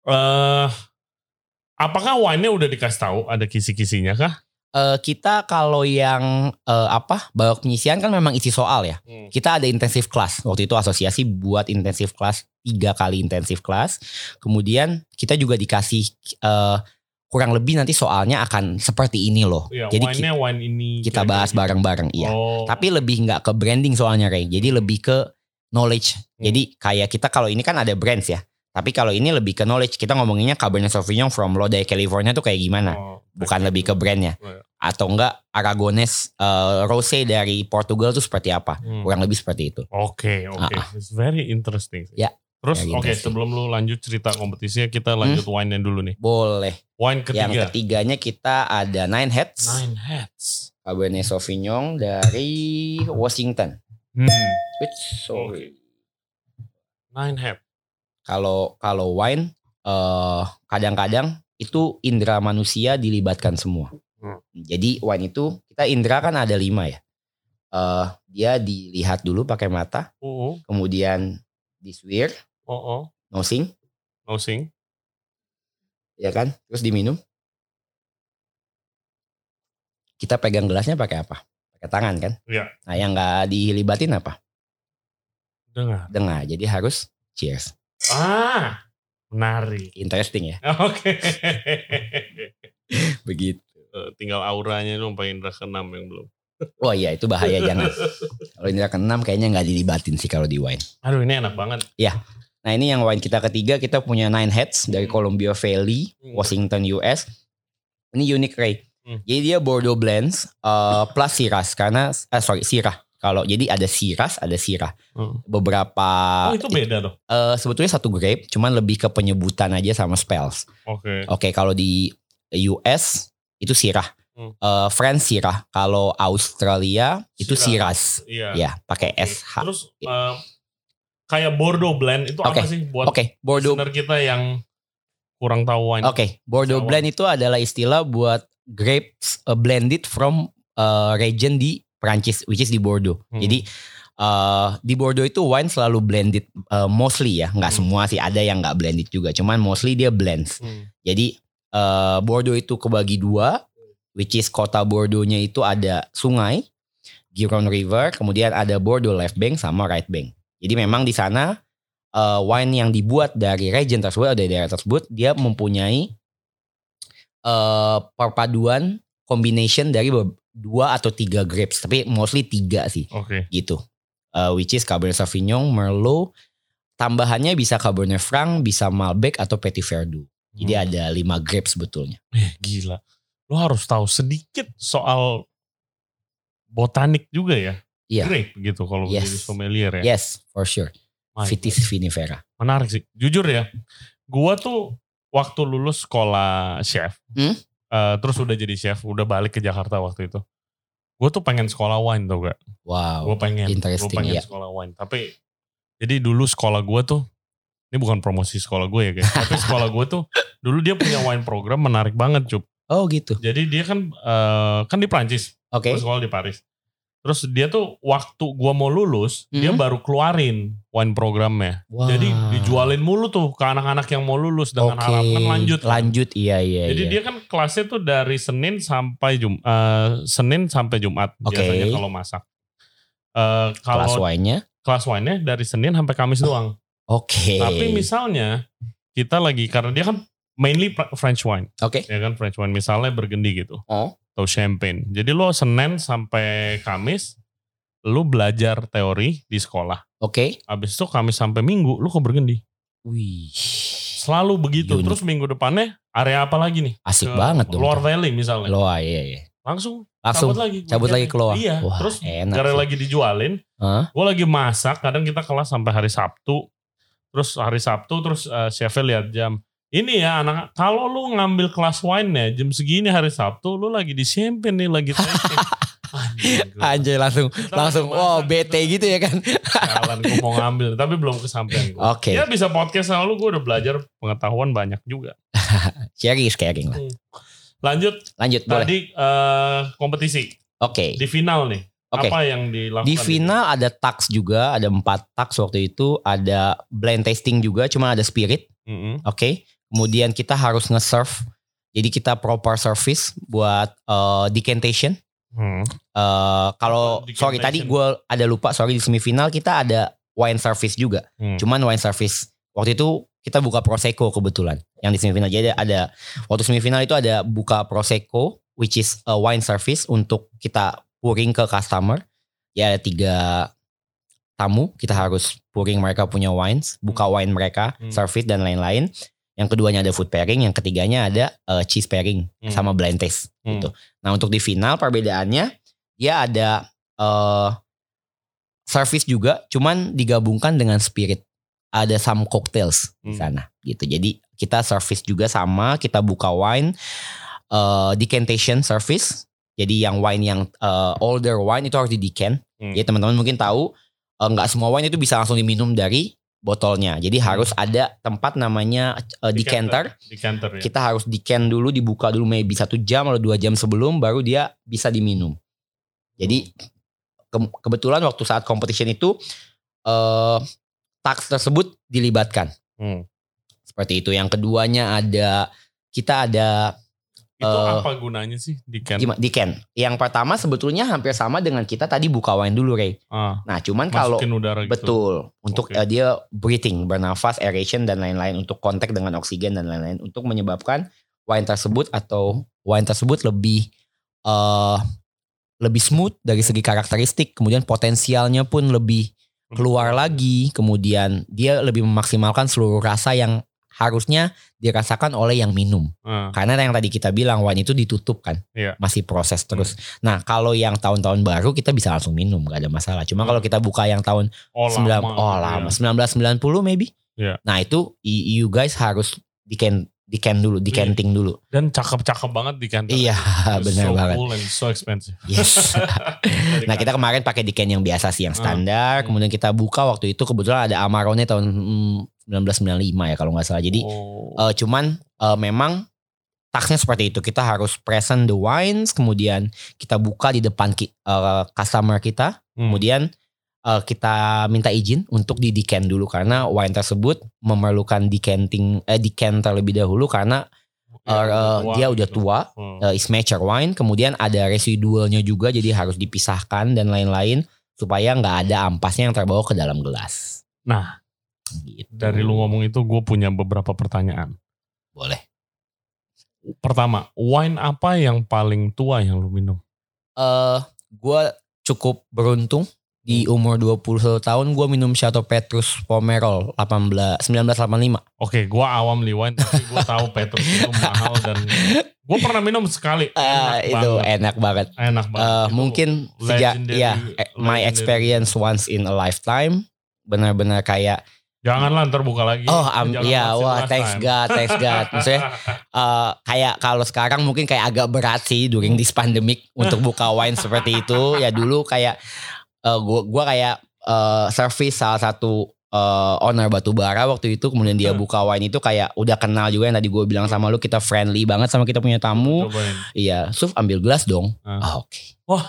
Uh, apakah wine-nya udah dikasih tahu ada kisi-kisinya kah? Uh, kita kalau yang uh, apa babak penyisian kan memang isi soal ya. Hmm. Kita ada intensif kelas. Waktu itu asosiasi buat intensif kelas tiga kali intensif kelas. Kemudian kita juga dikasih uh, kurang lebih nanti soalnya akan seperti ini loh. Ya, jadi wine-nya kita, wine ini. Kita bahas bareng-bareng iya. Oh. Tapi lebih nggak ke branding soalnya Ray. Jadi lebih ke knowledge. Hmm. Jadi kayak kita kalau ini kan ada brands ya. Tapi kalau ini lebih ke knowledge. Kita ngomonginnya Cabernet Sauvignon from Lodi California tuh kayak gimana. Oh, bukan okay. Lebih ke brandnya. Oh, ya. Atau enggak Aragonés uh, Rosé dari Portugal tuh seperti apa. Hmm. Kurang lebih seperti itu. Oke, okay, oke. Okay. Uh-uh. It's very interesting. Ya. Terus oke okay, sebelum lu lanjut cerita kompetisinya kita lanjut hmm? wine-nya dulu nih. Boleh. Wine ketiga. Yang ketiganya kita ada Nine Heads. Nine Heads. Cabernet Sauvignon dari Washington. Hmm. Which sorry. Okay. Nine Heads. Kalau kalau wine uh, kadang-kadang itu indera manusia dilibatkan semua. Hmm. Jadi wine itu kita indera kan ada lima ya. Uh, dia dilihat dulu pakai mata, uh-uh. kemudian disuir, uh-uh. nosing, nosing, ya kan, terus diminum. Kita pegang gelasnya pakai apa? Pakai tangan kan? Iya. Nah yang nggak dilibatin apa? Dengar. Dengar. Jadi harus cheers. Ah, menarik. Interesting ya. Oke. Okay. Begitu. Tinggal auranya dong, pengen indra keenam yang belum. Oh iya itu bahaya jangan. Kalau indra keenam kayaknya nggak dilibatin sih kalau di wine. Aduh ini enak banget. Ya. Nah ini yang wine kita ketiga kita punya Nine Heads dari Columbia Valley, Washington U S. Ini unik Ray. Hmm. Jadi dia Bordeaux blends uh, plus Shiraz karena eh sorry Syrah. Kalau jadi ada Shiraz, ada Syrah. Hmm. Beberapa. Oh itu beda loh. Uh, sebetulnya satu grape, cuman lebih ke penyebutan aja sama spells. Oke. Okay. Oke okay, kalau di U S itu Syrah. Hmm. Uh, France Syrah. Kalau Australia itu Shiraz. Iya. Ya pakai okay. S H. Terus uh, kayak Bordeaux blend itu okay. apa sih buat okay. Bordeaux listener kita yang kurang tahu wine? Oke, okay. Bordeaux Jawa. Blend itu adalah istilah buat grapes uh, blended from uh, region di Prancis, which is di Bordeaux. Hmm. Jadi uh, di Bordeaux itu wine selalu blended uh, mostly ya, nggak hmm. semua sih, ada yang nggak blended juga. Cuman mostly dia blends. Hmm. Jadi uh, Bordeaux itu kebagi dua, which is kota Bordeaux-nya itu ada sungai, Gironde River, kemudian ada Bordeaux left bank sama right bank. Jadi memang di sana uh, wine yang dibuat dari region tersebut, dari daerah tersebut, dia mempunyai uh, perpaduan combination dari dua atau tiga grapes, tapi mostly tiga sih, okay. gitu. Uh, which is Cabernet Sauvignon, Merlot, tambahannya bisa Cabernet Franc, bisa Malbec atau Petit Verdot. Jadi hmm. ada lima grapes sebetulnya. Eh, gila, lo harus tahu sedikit soal botanik juga ya, yeah. grape gitu kalau yes. jadi sommelier ya. Yes, for sure. My Vitis God. Vinifera. Menarik sih, jujur ya. Gua tuh waktu lulus sekolah chef. Hmm? Uh, terus udah jadi chef, udah balik ke Jakarta waktu itu. Gue tuh pengen sekolah wine tau gak? Wow, gue pengen, gue pengen ya. sekolah wine. Tapi jadi dulu sekolah gue tuh, ini bukan promosi sekolah gue ya guys. Tapi sekolah gue tuh dulu dia punya wine program menarik banget Cup. Oh gitu. Jadi dia kan uh, kan di Prancis, okay. gue sekolah di Paris. Terus dia tuh waktu gue mau lulus, mm-hmm. dia baru keluarin wine programnya. Wow. Jadi dijualin mulu tuh ke anak-anak yang mau lulus dengan okay. harapan lanjut. Lanjut, iya iya. Jadi iya. dia kan kelasnya tuh dari Senin sampai Jum, uh, Senin sampai Jumat okay. biasanya kalau masak. Uh, kalau kelas wine-nya? Kelas wine-nya dari Senin sampai Kamis doang. Oke. Okay. Tapi misalnya kita lagi karena dia kan mainly French wine. Oke. Okay. Ya kan French wine misalnya Burgundy gitu. Oh. Atau champagne. Jadi lo Senin sampai Kamis lo belajar teori di sekolah. Oke. Okay. Abis itu Kamis sampai Minggu lo ke Burgundy. Wih. Selalu begitu. Unik. Terus minggu depannya area apa lagi nih? Asik ke banget dong. Loire Valley misalnya. Loire iya iya. Langsung. Langsung cabut lagi. Cabut lagi ke Loire. Iya. Wah, terus enak gara sih. lagi dijualin. Huh? Gue lagi masak. Kadang kita kelas sampai hari Sabtu. Terus hari Sabtu terus uh, chefnya lihat jam. Ini ya anak, kalau lu ngambil kelas wine ya jam segini hari Sabtu lu lagi di champagne nih lagi tasting. Anjay langsung kita langsung wow bete gitu ya kan. Jalan gue mau ngambil tapi belum kesampaian gue. Oke. Okay. Ya bisa podcast sama lu gue udah belajar pengetahuan banyak juga. Sharing sharing lah. Lanjut. Lanjut tadi uh, kompetisi. Oke. Okay. Di final nih. Okay. Apa yang dilakukan? Di final itu? Ada tax juga, ada empat tax waktu itu, ada blind tasting juga, cuma ada spirit. Mm-hmm. Oke. Okay. Kemudian kita harus nge-serve. Jadi kita proper service buat uh, decantation. Hmm. Uh, kalau sorry tadi gue ada lupa, sorry di semifinal kita ada wine service juga. Hmm. Cuman wine service waktu itu kita buka prosecco kebetulan yang di semifinal. Jadi ada waktu semifinal itu ada buka prosecco, which is a wine service untuk kita pouring ke customer. Ya ada tiga tamu, kita harus pouring mereka punya wines, buka wine mereka, hmm. service dan lain-lain. Yang keduanya ada food pairing, yang ketiganya ada uh, cheese pairing hmm. sama blind taste hmm. gitu. Nah untuk di final perbedaannya dia ada uh, service juga, cuman digabungkan dengan spirit. Ada some cocktails hmm. di sana gitu. Jadi kita service juga sama, kita buka wine, uh, decantation service. Jadi yang wine yang uh, older wine itu harus di decant. Hmm. Jadi teman-teman mungkin tahu. Enggak semua wine itu bisa langsung diminum dari botolnya. Jadi hmm. harus ada tempat namanya uh, decanter. Decanter ya. Kita harus decant dulu, dibuka dulu maybe satu jam atau dua jam sebelum baru dia bisa diminum. Jadi ke- kebetulan waktu saat competition itu uh, tax tersebut dilibatkan. Hmm. Seperti itu. Yang keduanya ada kita ada itu uh, apa gunanya sih decant? Decant. Yang pertama sebetulnya hampir sama dengan kita tadi buka wine dulu, Ray. Ah, nah, cuman kalau udara betul gitu. Untuk okay. uh, dia breathing, bernafas, aeration dan lain-lain untuk kontak dengan oksigen dan lain-lain untuk menyebabkan wine tersebut atau wine tersebut lebih uh, lebih smooth dari segi karakteristik, kemudian potensialnya pun lebih keluar lagi, kemudian dia lebih memaksimalkan seluruh rasa yang harusnya dirasakan oleh yang minum. Hmm. Karena yang tadi kita bilang wine itu ditutup kan. Yeah. Masih proses terus. Hmm. Nah kalau yang tahun-tahun baru kita bisa langsung minum. Gak ada masalah. Cuma hmm. kalau kita buka yang tahun oh, sembilan, lama, oh, lama, yeah. sembilan belas sembilan puluh maybe. Yeah. Nah itu you guys harus decant, decant dulu. Decanting yeah. dulu. Dan cakep-cakep banget decanting. Iya benar so banget. Cool and so expensive. Yes. Nah kita kemarin pakai decant yang biasa sih. Yang standar. Hmm. Kemudian kita buka waktu itu kebetulan ada Amarone tahun hmm, sembilan belas sembilan puluh lima ya kalau gak salah. Jadi oh. uh, cuman uh, memang taksnya seperti itu. Kita harus present the wines. Kemudian kita buka di depan ki, uh, customer kita. Hmm. Kemudian uh, kita minta izin untuk di decant dulu. Karena wine tersebut memerlukan decanting, eh, decant terlebih dahulu. Karena uh, ya, uh, tua, dia udah tua. Hmm. Uh, is mature wine. Kemudian ada residualnya juga. Jadi harus dipisahkan dan lain-lain. Supaya gak ada ampasnya yang terbawa ke dalam gelas. Nah. Gitu. Dari lu ngomong itu gue punya beberapa pertanyaan. Boleh. Pertama, wine apa yang paling tua yang lu minum? Uh, gue cukup beruntung. Di umur dua puluh satu tahun gue minum Chateau Petrus Pomerol sembilan belas delapan puluh lima. Oke, gue awam li wine tapi gue tahu Petrus itu mahal dan gue pernah minum sekali. Uh, itu banget. enak banget. Enak banget. Uh, mungkin sejak ya my experience once in a lifetime. Benar-benar kayak janganlah ntar buka lagi. Oh um, iya wah thanks time. God thanks God. Maksudnya uh, kayak kalau sekarang mungkin kayak agak berat sih during this pandemic untuk buka wine seperti itu. Ya dulu kayak uh, gua gua kayak uh, service salah satu uh, owner batubara waktu itu. Kemudian dia buka wine itu kayak udah kenal juga yang tadi gue bilang sama lu. Kita friendly banget sama kita punya tamu. Cobain. Iya Suf ambil gelas dong. Ah oh, oke okay. Wah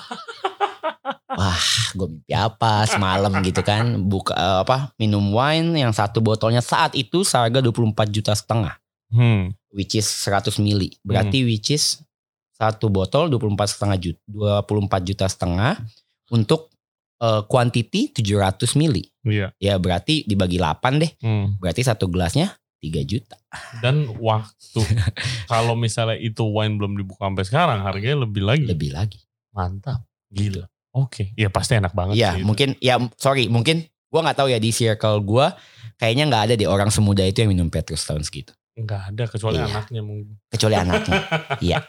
Wah, gue mimpi apa semalam gitu kan. Buka uh, apa minum wine yang satu botolnya saat itu seharga dua puluh empat juta setengah. Hmm. Which is seratus mili. Berarti hmm. which is satu botol dua puluh empat setengah juta, dua puluh empat juta setengah untuk uh, quantity tujuh ratus mili. Iya. Ya berarti dibagi delapan deh. Hmm. Berarti satu gelasnya tiga juta. Dan waktu kalau misalnya itu wine belum dibuka sampai sekarang harganya lebih lagi. Lebih lagi. Mantap. Gila. Oke, okay. Ya pasti enak banget. Ya sih mungkin, itu. ya sorry, mungkin gue nggak tahu ya di circle gue, kayaknya nggak ada deh orang semuda itu yang minum Petrus tahun segitu. Nggak ada kecuali iya. anaknya mungkin. Kecuali anaknya, iya.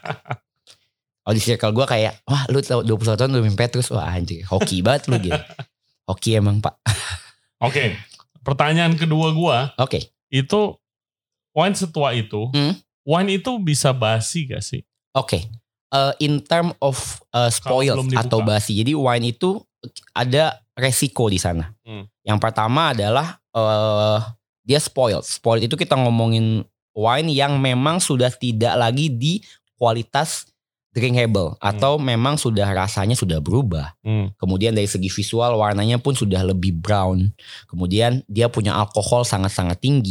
Oh di circle gue kayak, wah lu dua puluh satu tahun lu minum Petrus, wah anjir, hoki banget lu gitu. Hoki emang pak. Oke, okay. Pertanyaan kedua gue. Oke. Okay. Itu wine setua itu, hmm? wine itu bisa basi gak sih? Oke. Okay. Uh, in term of uh, spoiled atau basi. Jadi wine itu ada resiko di sana. Hmm. Yang pertama adalah uh, dia spoiled. Spoiled itu kita ngomongin wine yang memang sudah tidak lagi di kualitas drinkable atau hmm. memang sudah rasanya sudah berubah. Hmm. Kemudian dari segi visual warnanya pun sudah lebih brown. Kemudian dia punya alkohol sangat-sangat tinggi.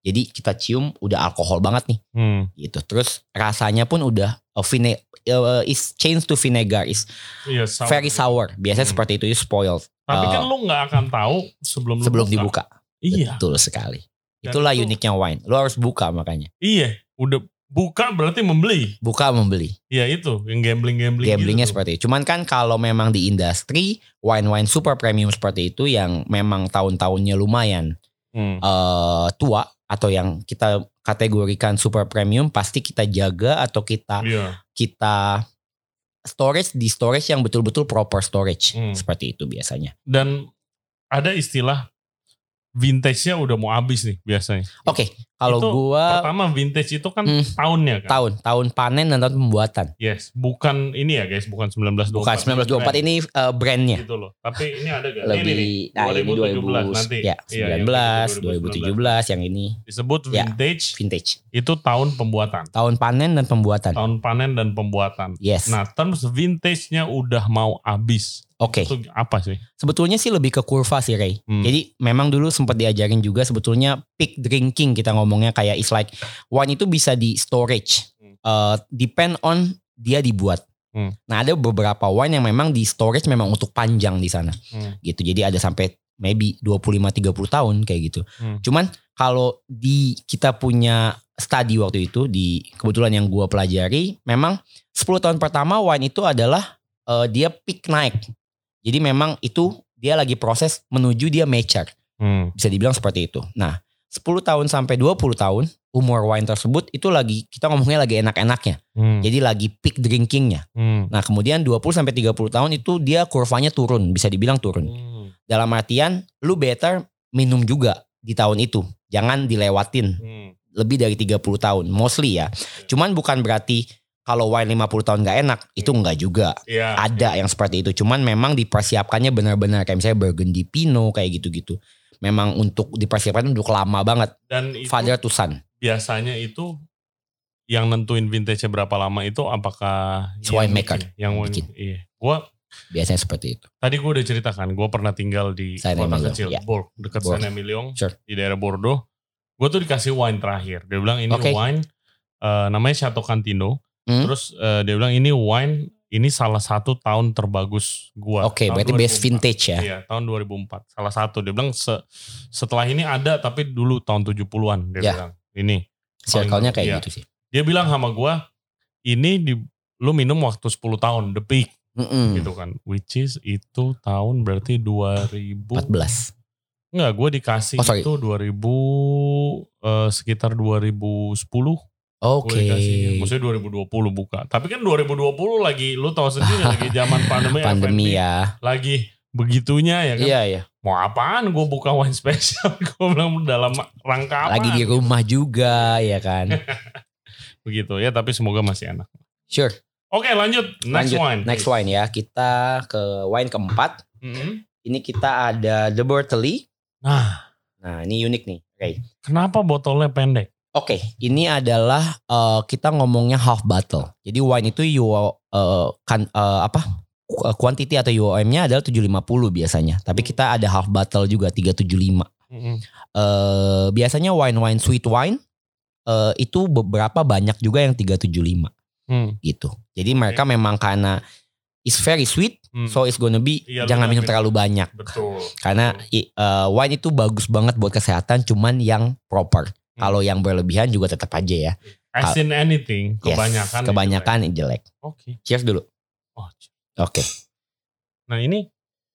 Jadi kita cium udah alkohol banget nih. Hmm. Gitu. Terus rasanya pun udah uh, vine, uh, is changed to vinegar, is iya, sour. very sour. Biasanya hmm. seperti itu, is spoiled. Tapi uh, kan lu gak akan tahu sebelum sebelum lu buka. dibuka. Iya. Betul sekali. Dan itulah itu, uniknya wine. Lu harus buka makanya. Iya, udah buka berarti membeli. Buka membeli. Iya itu, yang gambling-gambling Gamblingnya gitu. Seperti itu. Cuman kan kalau memang di industri wine-wine super premium seperti itu yang memang tahun-tahunnya lumayan hmm. uh, tua atau yang kita kategorikan super premium, pasti kita jaga atau kita yeah. kita storage di storage yang betul-betul proper storage. Hmm. Seperti itu biasanya. Dan ada istilah vintage-nya udah mau habis nih biasanya. Oke, okay, kalau itu gua pertama vintage itu kan hmm, tahunnya kan. Tahun, tahun panen dan tahun pembuatan. Yes, bukan ini ya guys, bukan sembilan belas dua puluh empat. Bukan sembilan belas dua puluh empat ini uh, brandnya. Gitu loh. Tapi ini ada gak? Lebih, ini nih, nah, dua ribu tujuh belas ini nanti. Ya, sembilan belas, iya, dua ribu tujuh belas yang ini. Disebut vintage. Ya, vintage. Itu tahun pembuatan. Tahun panen dan pembuatan. Tahun panen dan pembuatan. Yes. Nah, terus vintage-nya udah mau habis. Oke. Okay. Itu apa sih? Sebetulnya sih lebih ke kurva sih Ray. Hmm. Jadi memang dulu sempat diajarin juga sebetulnya peak drinking kita ngomongnya kayak is like wine itu bisa di storage. Hmm. Uh, depend on dia dibuat. Hmm. Nah ada beberapa wine yang memang di storage memang untuk panjang di sana. Hmm. Gitu. Jadi ada sampai maybe dua puluh lima tiga puluh tahun kayak gitu. Hmm. Cuman kalau di kita punya study waktu itu di kebetulan yang gua pelajari memang sepuluh tahun pertama wine itu adalah uh, dia peak naik. Jadi memang itu dia lagi proses menuju dia mature. Hmm. Bisa dibilang seperti itu. Nah sepuluh tahun sampai dua puluh tahun umur wine tersebut itu lagi kita ngomongnya lagi enak-enaknya. Hmm. Jadi lagi peak drinkingnya. Hmm. Nah kemudian dua puluh sampai tiga puluh tahun itu dia kurvanya turun. Bisa dibilang turun. Hmm. Dalam artian lu better minum juga di tahun itu. Jangan dilewatin. Hmm. Lebih dari tiga puluh tahun. Mostly ya. Hmm. Cuman bukan berarti kalau wine lima puluh tahun gak enak, itu enggak juga. Yeah, ada yeah. yang seperti itu. Cuman memang dipersiapkannya benar-benar. Kayak misalnya Burgundy Pinot kayak gitu-gitu. Memang untuk dipersiapkan untuk lama banget. Dan itu Father to Son. Biasanya itu yang nentuin vintage-nya berapa lama itu apakah wine maker yang bikin. Iya. Gua biasanya seperti itu. Tadi gue udah ceritakan, gue pernah tinggal di Saint kota Emilion, kecil, ya. Bourg, dekat Saint-Émilion, sure. di daerah Bordeaux. Gue tuh dikasih wine terakhir. Dia bilang ini okay. wine uh, namanya Chateau Cantino. Hmm? Terus uh, dia bilang ini wine, ini salah satu tahun terbagus gua. Oke, okay, berarti best vintage ya? Iya, tahun dua ribu empat. Salah satu. Dia bilang se, setelah ini ada tapi dulu tahun tujuh puluhan. Dia yeah. bilang, ini. Circle-nya kayak iya. gitu sih. Dia bilang sama gua, ini di, lu minum waktu sepuluh tahun, the peak. Mm-mm. Gitu kan. Which is itu tahun berarti dua ribu empat belas. Enggak, gua dikasih oh, itu dua ribu, uh, sekitar dua ribu sepuluh. Oke. Okay. Maksudnya dua ribu dua puluh buka. Tapi kan dua ribu dua puluh lagi, lu tahu sendiri lagi zaman pandemi. Pandemi F and B, ya. Lagi begitunya ya kan. Iya iya. Mau apaan gue buka wine special. Gue bilang dalam rangka apa. Lagi di rumah juga ya kan. Begitu ya, tapi semoga masih enak. Sure. Oke lanjut. Next lanjut. wine. Next wine ya. Kita ke wine keempat. Mm-hmm. Ini kita ada The Bortelli. Nah. Nah ini unik nih. Okay. Kenapa botolnya pendek? Oke, okay, ini adalah uh, kita ngomongnya half bottle. Jadi wine itu U O, uh, kan uh, apa? Quantity atau U O M-nya adalah tujuh ratus lima puluh biasanya. Tapi kita ada half bottle juga tiga ratus tujuh puluh lima. Mm-hmm. Uh, biasanya wine-wine sweet wine uh, itu beberapa banyak juga yang tiga ratus tujuh puluh lima. Mm. Gitu. Jadi mereka okay. memang karena it's very sweet, mm. so it's gonna be iya, jangan minum terlalu banyak. Betul. Karena uh, wine itu bagus banget buat kesehatan, cuman yang proper. Kalau yang berlebihan juga tetap aja ya. As in anything, kebanyakan yes, kebanyakan jelek. jelek. Oke. Okay. Cheers dulu. Oh, Oke. Okay. Nah ini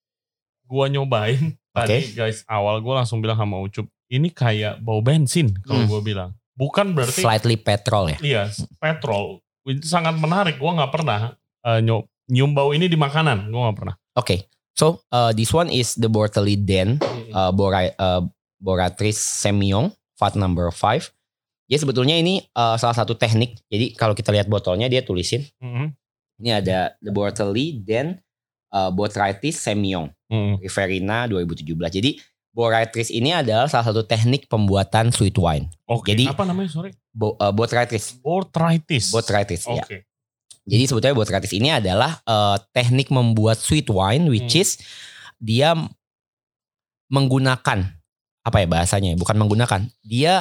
gua nyobain okay. tadi guys, awal gua langsung bilang sama Ucup, ini kayak bau bensin kalau hmm. gua bilang. Bukan berarti slightly petrol ya. Iya, petrol. Itu sangat menarik. Gua nggak pernah uh, nyium bau ini di makanan. Gua nggak pernah. Oke. Okay. So uh, this one is the Bortelli Den uh, Bora, uh, Boratrice Semillon. Vat number five. Ya sebetulnya ini uh, salah satu teknik. Jadi kalau kita lihat botolnya dia tulisin. Mm-hmm. Ini ada The Bortelli Den uh, Botrytis Semillon. Mm-hmm. Riverina dua ribu tujuh belas. Jadi Botrytis ini adalah salah satu teknik pembuatan sweet wine. Oke. Okay. Jadi apa namanya sorry? Bo, uh, Botrytis. Botrytis. Botrytis okay. ya. Jadi sebetulnya Botrytis ini adalah uh, teknik membuat sweet wine. Which mm. is dia menggunakan apa ya bahasanya, bukan menggunakan, dia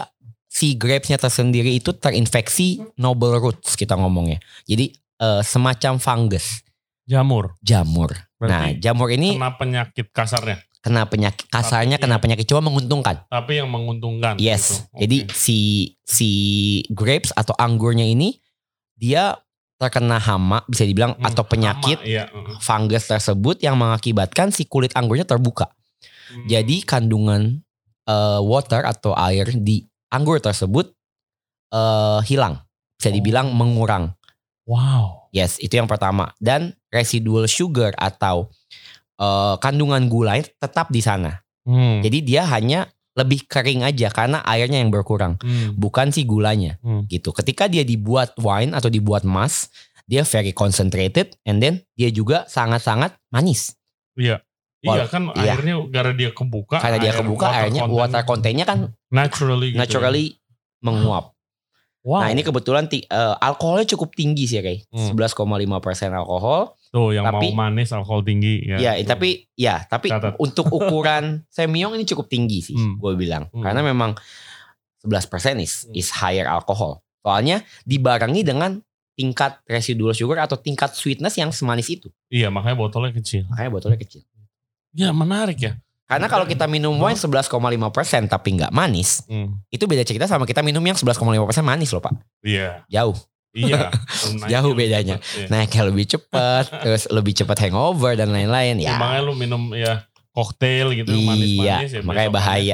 si grapes-nya tersendiri itu terinfeksi noble roots kita ngomongnya. Jadi uh, semacam fungus. Jamur. Jamur. Berarti nah jamur ini kena penyakit kasarnya. Kena penyakit kasarnya, tapi, kena penyakit cuma menguntungkan. Tapi yang menguntungkan. Yes. Gitu. Jadi okay. si si grapes atau anggurnya ini dia terkena hama bisa dibilang hmm, atau penyakit hama, iya. fungus tersebut yang mengakibatkan si kulit anggurnya terbuka. Hmm. Jadi kandungan uh, water atau air di anggur tersebut uh, hilang. Bisa dibilang oh. mengurang. Wow. Yes, itu yang pertama. Dan residual sugar atau Uh, kandungan gula tetap di sana. Hmm. Jadi dia hanya lebih kering aja karena airnya yang berkurang, hmm. bukan si gulanya. Hmm. Gitu. Ketika dia dibuat wine atau dibuat mas, dia very concentrated and then dia juga sangat-sangat manis. Iya. Iya kan iya. airnya gara dia kebuka. Karena dia kebuka water airnya content, water content-nya kan naturally naturally gitu ya? menguap. Wow. Nah ini kebetulan uh, alkoholnya cukup tinggi sih kayak hmm. sebelas koma lima persen alkohol. Tuh yang tapi, mau manis alkohol tinggi ya. Iya, tapi ya, tapi Catat. untuk ukuran Semillon ini cukup tinggi sih, hmm. gue bilang. Hmm. Karena memang sebelas persen is is higher alkohol. Soalnya dibarengi dengan tingkat residual sugar atau tingkat sweetness yang semanis itu. Iya, makanya botolnya kecil. Makanya botolnya kecil. Ya, menarik ya. Karena kalau kita minum wine sebelas koma lima persen tapi nggak manis, hmm. itu beda cerita sama kita minum yang sebelas koma lima persen manis loh Pak. Iya. Jauh. Iya. Jauh bedanya. Cepet, iya. Naiknya lebih cepat, terus lebih cepat hangover dan lain-lain. Ya. Makanya lu minum ya koktail gitu iya, manis-manis ya. Makanya bahaya.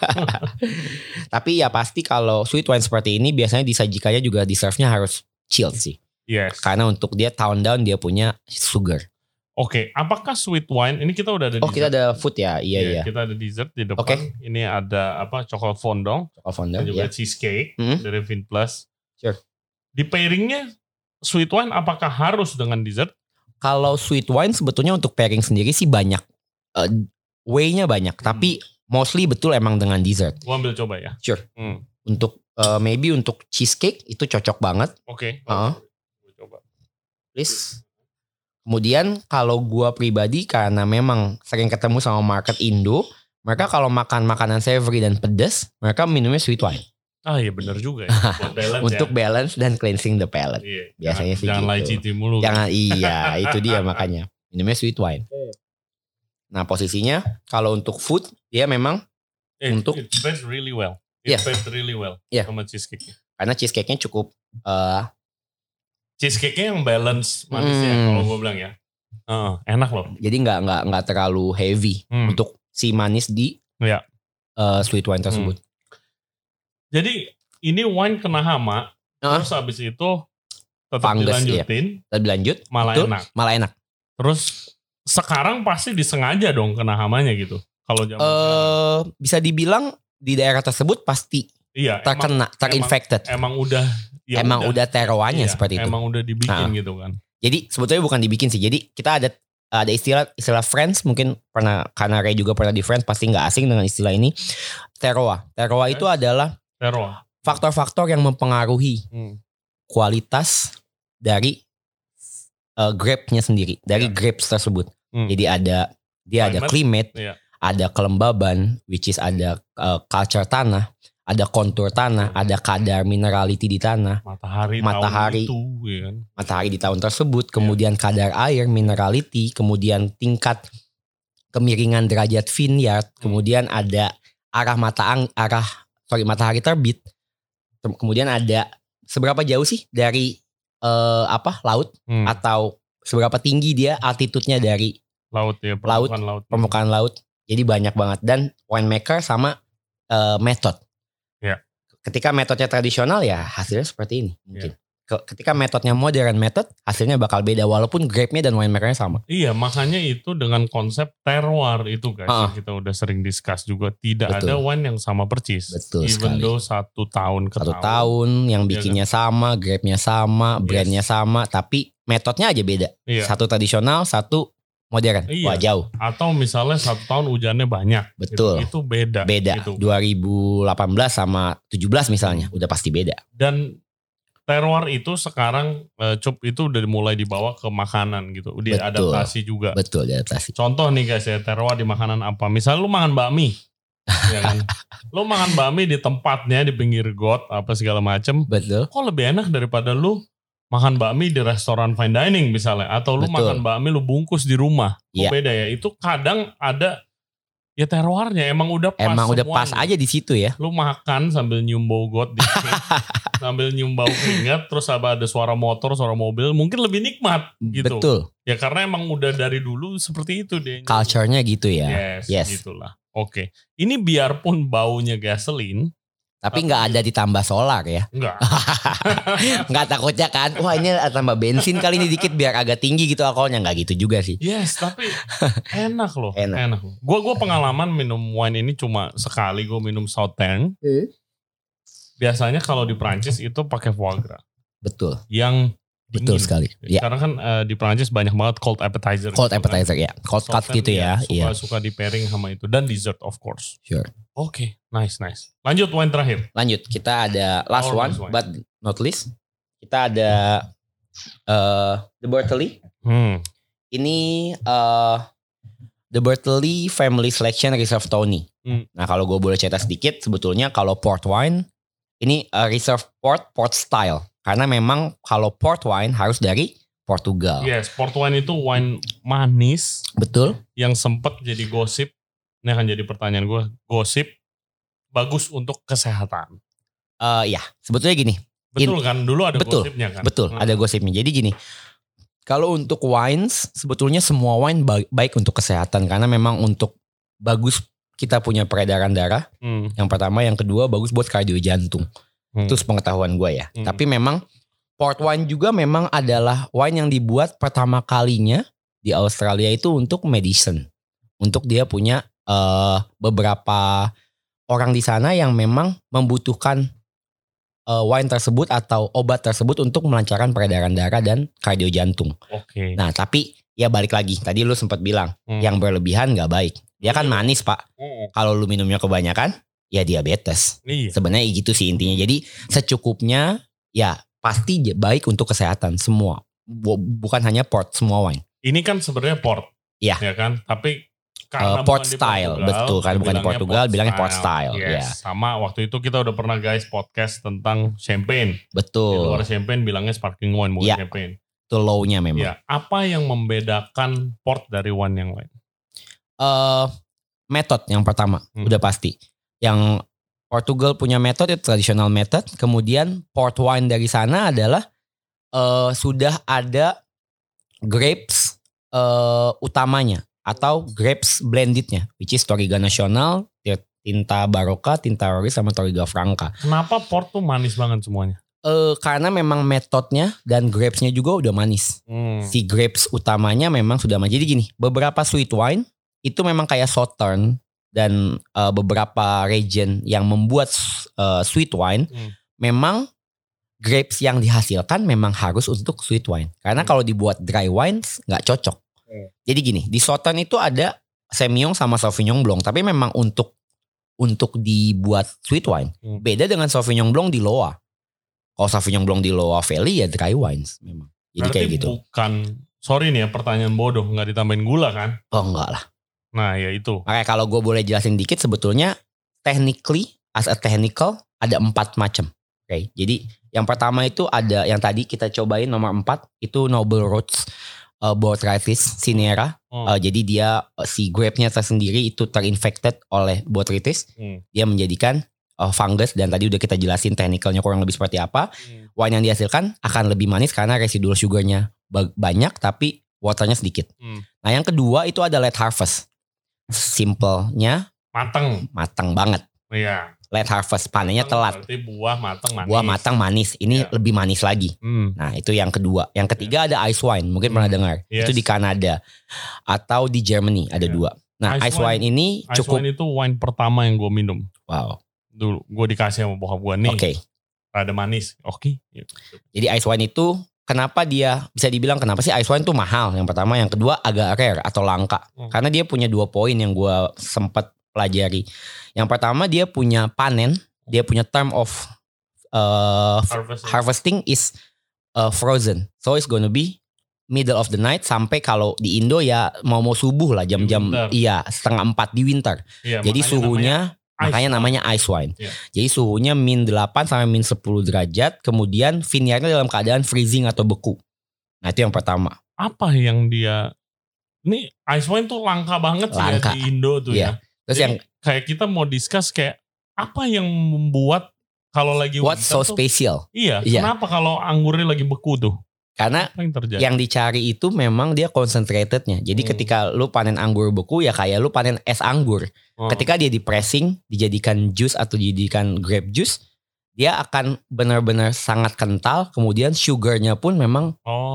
Tapi ya pasti kalau sweet wine seperti ini biasanya disajikannya juga di-serve-nya harus chill sih. Yes. Karena untuk dia tone down dia punya sugar. Oke, okay. Apakah sweet wine ini kita udah ada Oh, dessert? kita ada food ya. Iya, yeah, iya. Kita ada dessert di depan. Okay. Ini ada apa? Coklat fondant. Coklat fondant. Dan juga yeah. cheesecake mm-hmm. dari Vin Plus. Sure. Di pairingnya sweet wine apakah harus dengan dessert? Kalau sweet wine sebetulnya untuk pairing sendiri sih banyak. Uh, way-nya banyak. Hmm. Tapi mostly betul emang dengan dessert. Gua ambil coba ya. Sure. Hmm. Untuk uh, maybe untuk cheesecake itu cocok banget. Oke. Okay. Uh-huh. Coba. Please. Kemudian kalau gua pribadi karena memang sering ketemu sama market Indo, mereka kalau makan makanan savory dan pedas, mereka minumnya sweet wine. Ah iya benar juga ya. Buat balance untuk ya. balance dan cleansing the palate. Iya, biasanya jangan, sih jangan gitu. lychee tea mulu. Jangan iya, itu dia makanya. Minumnya sweet wine. Nah, posisinya kalau untuk food dia memang it, untuk it pairs really well. It yeah. pairs really well yeah. sama cheesecake. Karena cheesecake-nya cukup uh, cheesecake-nya yang balance manisnya hmm. kalau gue bilang ya. Uh, enak loh. Jadi nggak nggak nggak terlalu heavy hmm. untuk si manis di yeah. uh, sweet wine tersebut. Hmm. Jadi ini wine kena hama, uh. terus habis itu tetap Fungus, dilanjutin, iya. tetap dilanjut, malah betul, enak. Malah enak. Terus sekarang pasti disengaja dong kena hamanya gitu. Kalau zaman uh, bisa dibilang di daerah tersebut pasti iya, terkena, emang, terinfected. Emang, emang udah, ya emang udah, udah terowanya iya, seperti itu. Emang udah dibikin nah. gitu kan. Jadi sebetulnya bukan dibikin sih. Jadi kita ada ada istilah istilah Friends mungkin pernah karena Ray juga pernah di Friends pasti nggak asing dengan istilah ini. Terroir. Terroir itu adalah terroir. Faktor-faktor yang mempengaruhi hmm. kualitas dari uh, grape-nya sendiri, dari yeah. grapes tersebut. Hmm. Jadi ada dia climate, ada climate, yeah. ada kelembaban, which is ada uh, culture tanah, ada kontur tanah, hmm. ada kadar minerality di tanah, matahari, matahari, tahun itu, ya kan? matahari di tahun tersebut, kemudian yeah. kadar air, minerality, kemudian tingkat kemiringan derajat vineyard, hmm. kemudian ada arah mata ang, arah sorry matahari terbit. Kemudian ada seberapa jauh sih dari uh, apa laut hmm. atau seberapa tinggi dia altitude-nya dari laut ya permukaan laut, laut permukaan laut. Jadi banyak banget dan winemaker sama uh, method. Ya. Ketika metodenya tradisional ya hasilnya seperti ini mungkin. Ya. Ketika metodenya modern method hasilnya bakal beda walaupun grape-nya dan winemakernya sama. Iya makanya itu dengan konsep terroir itu guys uh-uh. kita udah sering discuss juga tidak Betul. Ada wine yang sama persis. Betul Even sekali. though satu tahun ke satu tahun. tahun yang bikinnya ya, kan? sama, grape-nya sama, yes. brandnya sama, tapi metodenya aja beda. Iya. Satu tradisional, satu modern. Iya. Wah jauh. Atau misalnya satu tahun hujannya banyak. Betul. Gitu. Itu beda. Beda. Gitu. dua ribu delapan belas sama tujuh belas misalnya udah pasti beda. Dan terroir itu sekarang uh, cup itu udah mulai dibawa ke makanan gitu. Dia adaptasi juga. Betul, diadaptasi. Contoh nih guys ya, terroir di makanan apa? Misalnya lu makan bakmi. Ya kan? Lu makan bakmi di tempatnya di pinggir got apa segala macem. Betul. Kok lebih enak daripada lu makan bakmi di restoran fine dining misalnya, atau lu Betul. makan bakmi lu bungkus di rumah. Kok Ya. beda ya? Itu kadang ada ya terroirnya emang udah pas. Emang udah semuanya. pas aja di situ ya. Lu makan sambil nyium bau got dikit, sambil nyium bau keringat, terus ada suara motor, suara mobil, mungkin lebih nikmat gitu. Betul. Ya karena emang udah dari dulu seperti itu deh. Culture-nya gitu ya. Yes, Yes. gitulah. Oke. Ini biarpun baunya gasolin, tapi nggak ada ditambah solar ya. enggak. Nggak takutnya kan, wah ini tambah bensin kali ini dikit biar agak tinggi gitu alkoholnya. Nggak gitu juga sih. Yes, tapi enak loh. Enak. Enak. Gue gue pengalaman minum wine ini cuma sekali, gue minum Sauternes. Hmm. Biasanya kalau di Prancis itu pakai foie gras. Betul. Yang Betul dingin. sekali. Ya. Karena kan uh, di Prancis banyak banget cold appetizer. Cold gitu appetizer kan. ya. Cold cut Sauternes gitu ya. Suka, Iya. suka di pairing sama itu. Dan dessert of course. Sure. Oke, okay. nice, nice. Lanjut wine terakhir. Lanjut, kita ada last Our one, last wine. but not least. Kita ada uh, The Bertolli. Hmm. Ini uh, The Bertolli Family Selection Reserve Tawny. Hmm. Nah kalau gue boleh cerita sedikit, sebetulnya kalau port wine, ini uh, reserve port, port style. Karena memang kalau port wine harus dari Portugal. Yes, port wine itu wine manis. Betul. Yang sempat jadi gosip. Ini akan jadi pertanyaan gue. Gosip bagus untuk kesehatan. Uh, ya, sebetulnya gini. Betul In, kan? Dulu ada betul, gosipnya kan? Betul, hmm. ada gosipnya. Jadi gini. Kalau untuk wines, sebetulnya semua wine baik, baik untuk kesehatan. Karena memang untuk bagus kita punya peredaran darah. Hmm. Yang pertama, yang kedua bagus buat kardio jantung. Hmm. Itu sepengetahuan gue ya. Hmm. Tapi memang port wine juga memang adalah wine yang dibuat pertama kalinya di Australia itu untuk medicine. Untuk dia punya uh, beberapa orang di sana yang memang membutuhkan uh, wine tersebut atau obat tersebut untuk melancarkan peredaran darah dan kardio jantung. Oke. Okay. Nah tapi ya balik lagi. Tadi lu sempat bilang hmm. yang berlebihan gak baik. Dia kan manis pak. Hmm. Kalau lu minumnya kebanyakan ya diabetes. Iya. Sebenarnya gitu sih intinya. Jadi secukupnya ya pasti baik untuk kesehatan semua. Bukan hanya port, semua wine. Ini kan sebenarnya port. Ya. Ya kan? Tapi karena uh, port style. Portugal, betul kan. Bukan di Portugal, port bilangnya port style. Yes. Ya. Sama waktu itu kita udah pernah guys podcast tentang champagne. Betul. Di luar champagne bilangnya sparkling wine, bukan ya. champagne. Itu low-nya memang. Ya. Apa yang membedakan port dari wine yang lain? Uh, Method yang pertama, hmm. udah pasti. Yang Portugal punya metode, tradisional method. Kemudian port wine dari sana adalah uh, sudah ada grapes uh, utamanya atau grapes blendednya, which is Touriga Nacional, Tinta Barroca, Tinta Roriz sama Touriga Franca. Kenapa port tuh manis banget semuanya? Uh, karena memang metodenya dan grapesnya juga udah manis. Hmm. Si grapes utamanya memang sudah manis. Jadi gini, beberapa sweet wine itu memang kayak Sauternes dan uh, beberapa region yang membuat uh, sweet wine hmm. memang grapes yang dihasilkan memang harus untuk sweet wine. Karena hmm. kalau dibuat dry wines nggak cocok. Hmm. Jadi gini, di Sauternes itu ada Semillon sama Sauvignon Blanc, tapi memang untuk untuk dibuat sweet wine hmm. beda dengan Sauvignon Blanc di Loa. Kalau Sauvignon Blanc di Loa Valley ya dry wines memang. Jadi berarti kayak gitu. Bukan, sorry nih ya pertanyaan bodoh, nggak ditambahin gula kan? Oh enggak lah. Nah ya itu. Makanya kalau gue boleh jelasin dikit, sebetulnya technically as a technical ada empat macam. Oke, okay? Jadi yang pertama itu ada yang tadi kita cobain nomor empat itu Noble Roots uh, Botrytis cinerea. Hmm. Uh, jadi dia uh, si grape-nya tersendiri itu terinfected oleh Botrytis. Hmm. Dia menjadikan uh, fungus dan tadi udah kita jelasin technicalnya kurang lebih seperti apa. Hmm. Wine yang dihasilkan akan lebih manis karena residual sugarnya banyak tapi waternya sedikit. Hmm. Nah yang kedua itu ada late harvest. Simpelnya matang, matang banget. Iya. Late harvest, panennya telat. Berarti buah matang manis. Buah matang manis. Ini ya. Lebih manis lagi. Hmm. Nah itu yang kedua. Yang ketiga ya. Ada ice wine. Mungkin hmm. pernah dengar. Yes. Itu di Kanada atau di Germany ada ya. Dua. Nah ice, ice wine, wine ini ice cukup. Ice wine itu wine pertama yang gue minum. Wow. Dulu gue dikasih sama bokap gue nih. Oke. Okay. Rada manis. Oke. Okay. Jadi ice wine itu kenapa dia bisa dibilang kenapa sih ice wine tuh mahal? Yang pertama, yang kedua agak rare atau langka. Hmm. Karena dia punya dua poin yang gue sempat pelajari. Yang pertama dia punya panen, dia punya term of uh, harvesting. harvesting is uh, frozen, so it's gonna be middle of the night sampai kalau di Indo ya mau mau subuh lah jam-jam iya setengah empat di winter. Ya, jadi suhunya namanya makanya ice namanya ice wine. Ya. Jadi suhunya min delapan sampai min sepuluh derajat, kemudian vineyardnya dalam keadaan freezing atau beku. Nah itu yang pertama. Apa yang dia ini ice wine tuh langka banget langka. Sih ya di Indo tuh ya. ya. Terus jadi, yang kayak kita mau discuss kayak apa yang membuat kalau lagi what's so tuh, special? Iya, iya, kenapa kalau anggurnya lagi beku tuh? Karena yang, yang dicari itu memang dia concentratednya. Jadi hmm. ketika lu panen anggur beku ya kayak lu panen es anggur. Hmm. Ketika dia di pressing, dijadikan jus atau dijadikan grape juice, dia akan benar-benar sangat kental. Kemudian sugarnya pun memang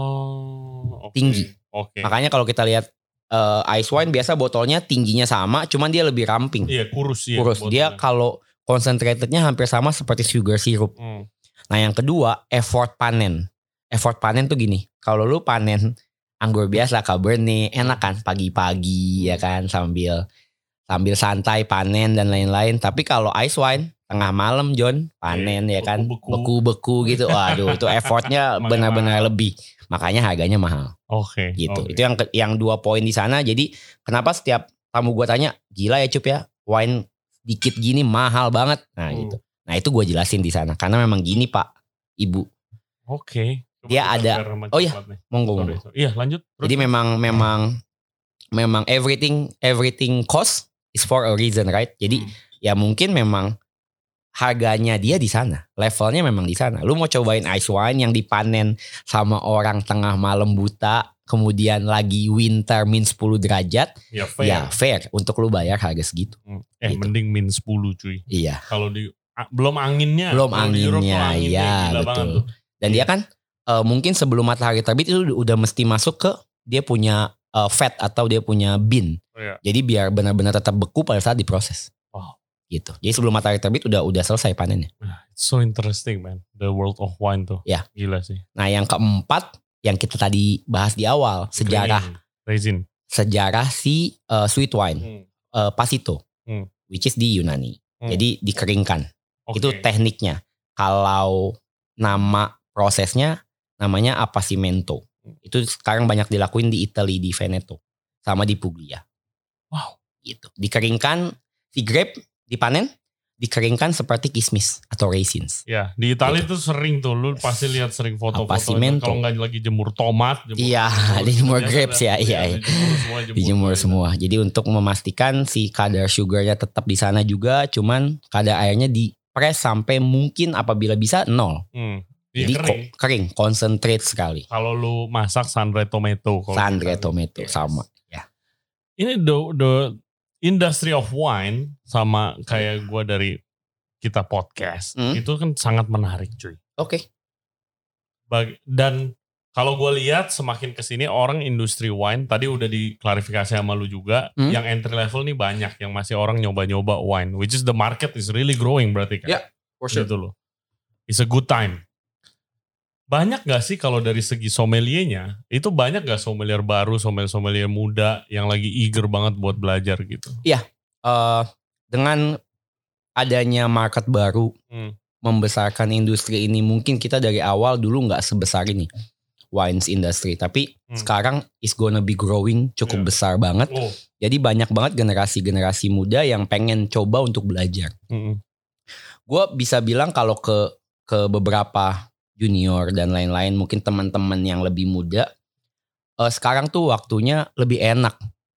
oh, okay. tinggi. Okay. Makanya kalau kita lihat uh, ice wine biasa botolnya tingginya sama, cuman dia lebih ramping. Iya kurus ya. Kurus. Botolnya. Dia kalau concentratednya hampir sama seperti sugar syrup. Hmm. Nah yang kedua effort panen. Effort panen tuh gini. Kalau lu panen anggur biasa Cabernet enak kan pagi-pagi ya kan sambil sambil santai panen dan lain-lain. Tapi kalau ice wine tengah malam John panen ya kan beku-beku gitu. Waduh itu effortnya benar-benar lebih. Makanya harganya mahal. Oke. Okay, gitu. Okay. Itu yang yang dua poin di sana. Jadi kenapa setiap tamu gue tanya gila ya Cup ya wine dikit gini mahal banget. Nah hmm. gitu. Nah itu gue jelasin di sana karena memang gini Pak Ibu. Oke. Okay. Dia ada. Oh iya. Monggo monggo. Iya lanjut. Terus. Jadi memang memang memang everything everything cost is for a reason right. Jadi hmm. ya mungkin memang harganya dia di sana. Levelnya memang di sana. Lu mau cobain ice wine yang dipanen sama orang tengah malam buta. Kemudian lagi winter min sepuluh derajat. Ya fair. Ya fair. Untuk lu bayar harga segitu. Eh gitu. Mending min sepuluh cuy. Iya. Kalau di a, belum anginnya. Belum anginnya. Iya betul. Dan dia kan uh, mungkin sebelum matahari terbit itu udah mesti masuk ke dia punya uh, vat atau dia punya bin. Oh, iya. Jadi biar benar-benar tetap beku pada saat diproses. Wow. Gitu. Jadi sebelum matahari terbit udah udah selesai panennya. It's so interesting man. The world of wine tuh. Ya. Gila sih. Nah yang keempat yang kita tadi bahas di awal sejarah resin sejarah si uh, sweet wine hmm. uh, Passito hmm. which is di Yunani hmm. jadi dikeringkan okay. Itu tekniknya. Kalau nama prosesnya namanya appassimento hmm. Itu sekarang banyak dilakuin di Italy di Veneto sama di Puglia. Wow gitu dikeringkan si grape dipanen dikeringkan seperti kismis atau raisins. Ya, di Italia gitu. Tuh sering tuh, lu pasti lihat sering foto-foto kalau nggak lagi jemur tomat. Jemur iya, dijemur grapes ya, iya. iya. Dijemur semua. Jemur dijemur semua. Jadi untuk memastikan si kadar sugarnya tetap di sana juga, cuman kadar airnya di press sampai mungkin apabila bisa nol. Hmm. Jadi kering, ko- kering, concentrate sekali. Kalau lu masak Sandre tomato. Sandre tomato yes. Sama. Ya. Ini do do industry of wine sama kayak gue dari kita podcast hmm? itu kan sangat menarik cuy. Oke. Okay. Dan kalau gue lihat semakin kesini orang industri wine tadi udah diklarifikasi sama lu juga hmm? yang entry level nih banyak yang masih orang nyoba-nyoba wine, which is the market is really growing berarti kan? Ya, yeah, for sure. Gitu loh. It's a good time. Banyak gak sih kalau dari segi sommeliernya, itu banyak gak sommelier baru, sommelier-sommelier muda yang lagi eager banget buat belajar gitu? Iya, uh, dengan adanya market baru, hmm. membesarkan industri ini, mungkin kita dari awal dulu gak sebesar ini, wines industry. Tapi hmm. sekarang is gonna be growing cukup yeah. besar banget. Oh. Jadi banyak banget generasi-generasi muda yang pengen coba untuk belajar. Hmm. Gue bisa bilang kalau ke ke beberapa junior dan lain-lain, mungkin teman-teman yang lebih muda, uh, sekarang tuh waktunya lebih enak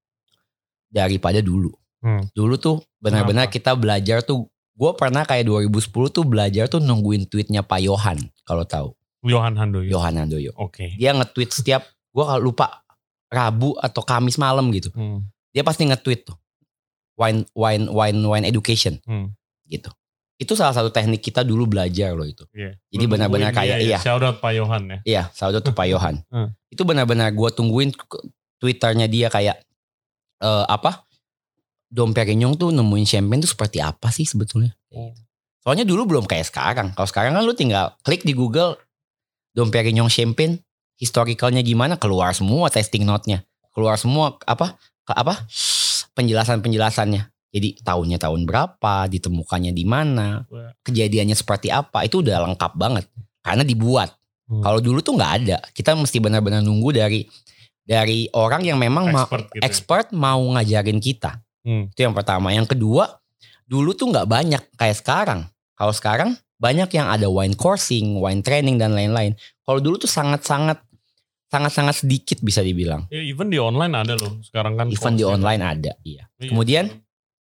daripada dulu. Hmm. Dulu tuh benar-benar Kenapa? Kita belajar tuh, gue pernah kayak dua ribu sepuluh tuh belajar tuh nungguin tweetnya Pak Yohan, kalau tahu. Yohan Handoyo. Yohan Handoyo. Oke. Okay. Dia nge-tweet setiap, gue kalau lupa Rabu atau Kamis malam gitu. Hmm. Dia pasti nge-tweet tuh wine wine wine wine education, hmm. gitu. Itu salah satu teknik kita dulu belajar loh itu. Yeah. Jadi benar-benar kayak iya. Shout out Pak Yohan ya. Iya, shout out to Pak Yohan. Hmm. Itu benar-benar gue tungguin Twitternya dia kayak uh, apa? Dom Perignon tuh nemuin champagne tuh seperti apa sih sebetulnya? Oh. Soalnya dulu belum kayak sekarang. Kalau sekarang kan lu tinggal klik di Google Dom Perignon champagne, historicalnya gimana, keluar semua testing note-nya. Keluar semua apa? Apa? Penjelasan-penjelasannya. Jadi tahunnya tahun berapa, ditemukannya di mana, kejadiannya seperti apa, itu udah lengkap banget. Karena dibuat. Hmm. Kalau dulu tuh nggak ada. Kita mesti benar-benar nunggu dari dari orang yang memang expert, ma- gitu expert ya. Mau ngajarin kita. Hmm. Itu yang pertama. Yang kedua, dulu tuh nggak banyak kayak sekarang. Kalau sekarang banyak yang ada wine coursing, wine training dan lain-lain. Kalau dulu tuh sangat-sangat sangat-sangat sedikit bisa dibilang. Ya, even di online ada loh sekarang kan. Even di online kan. Ada, iya. iya. Kemudian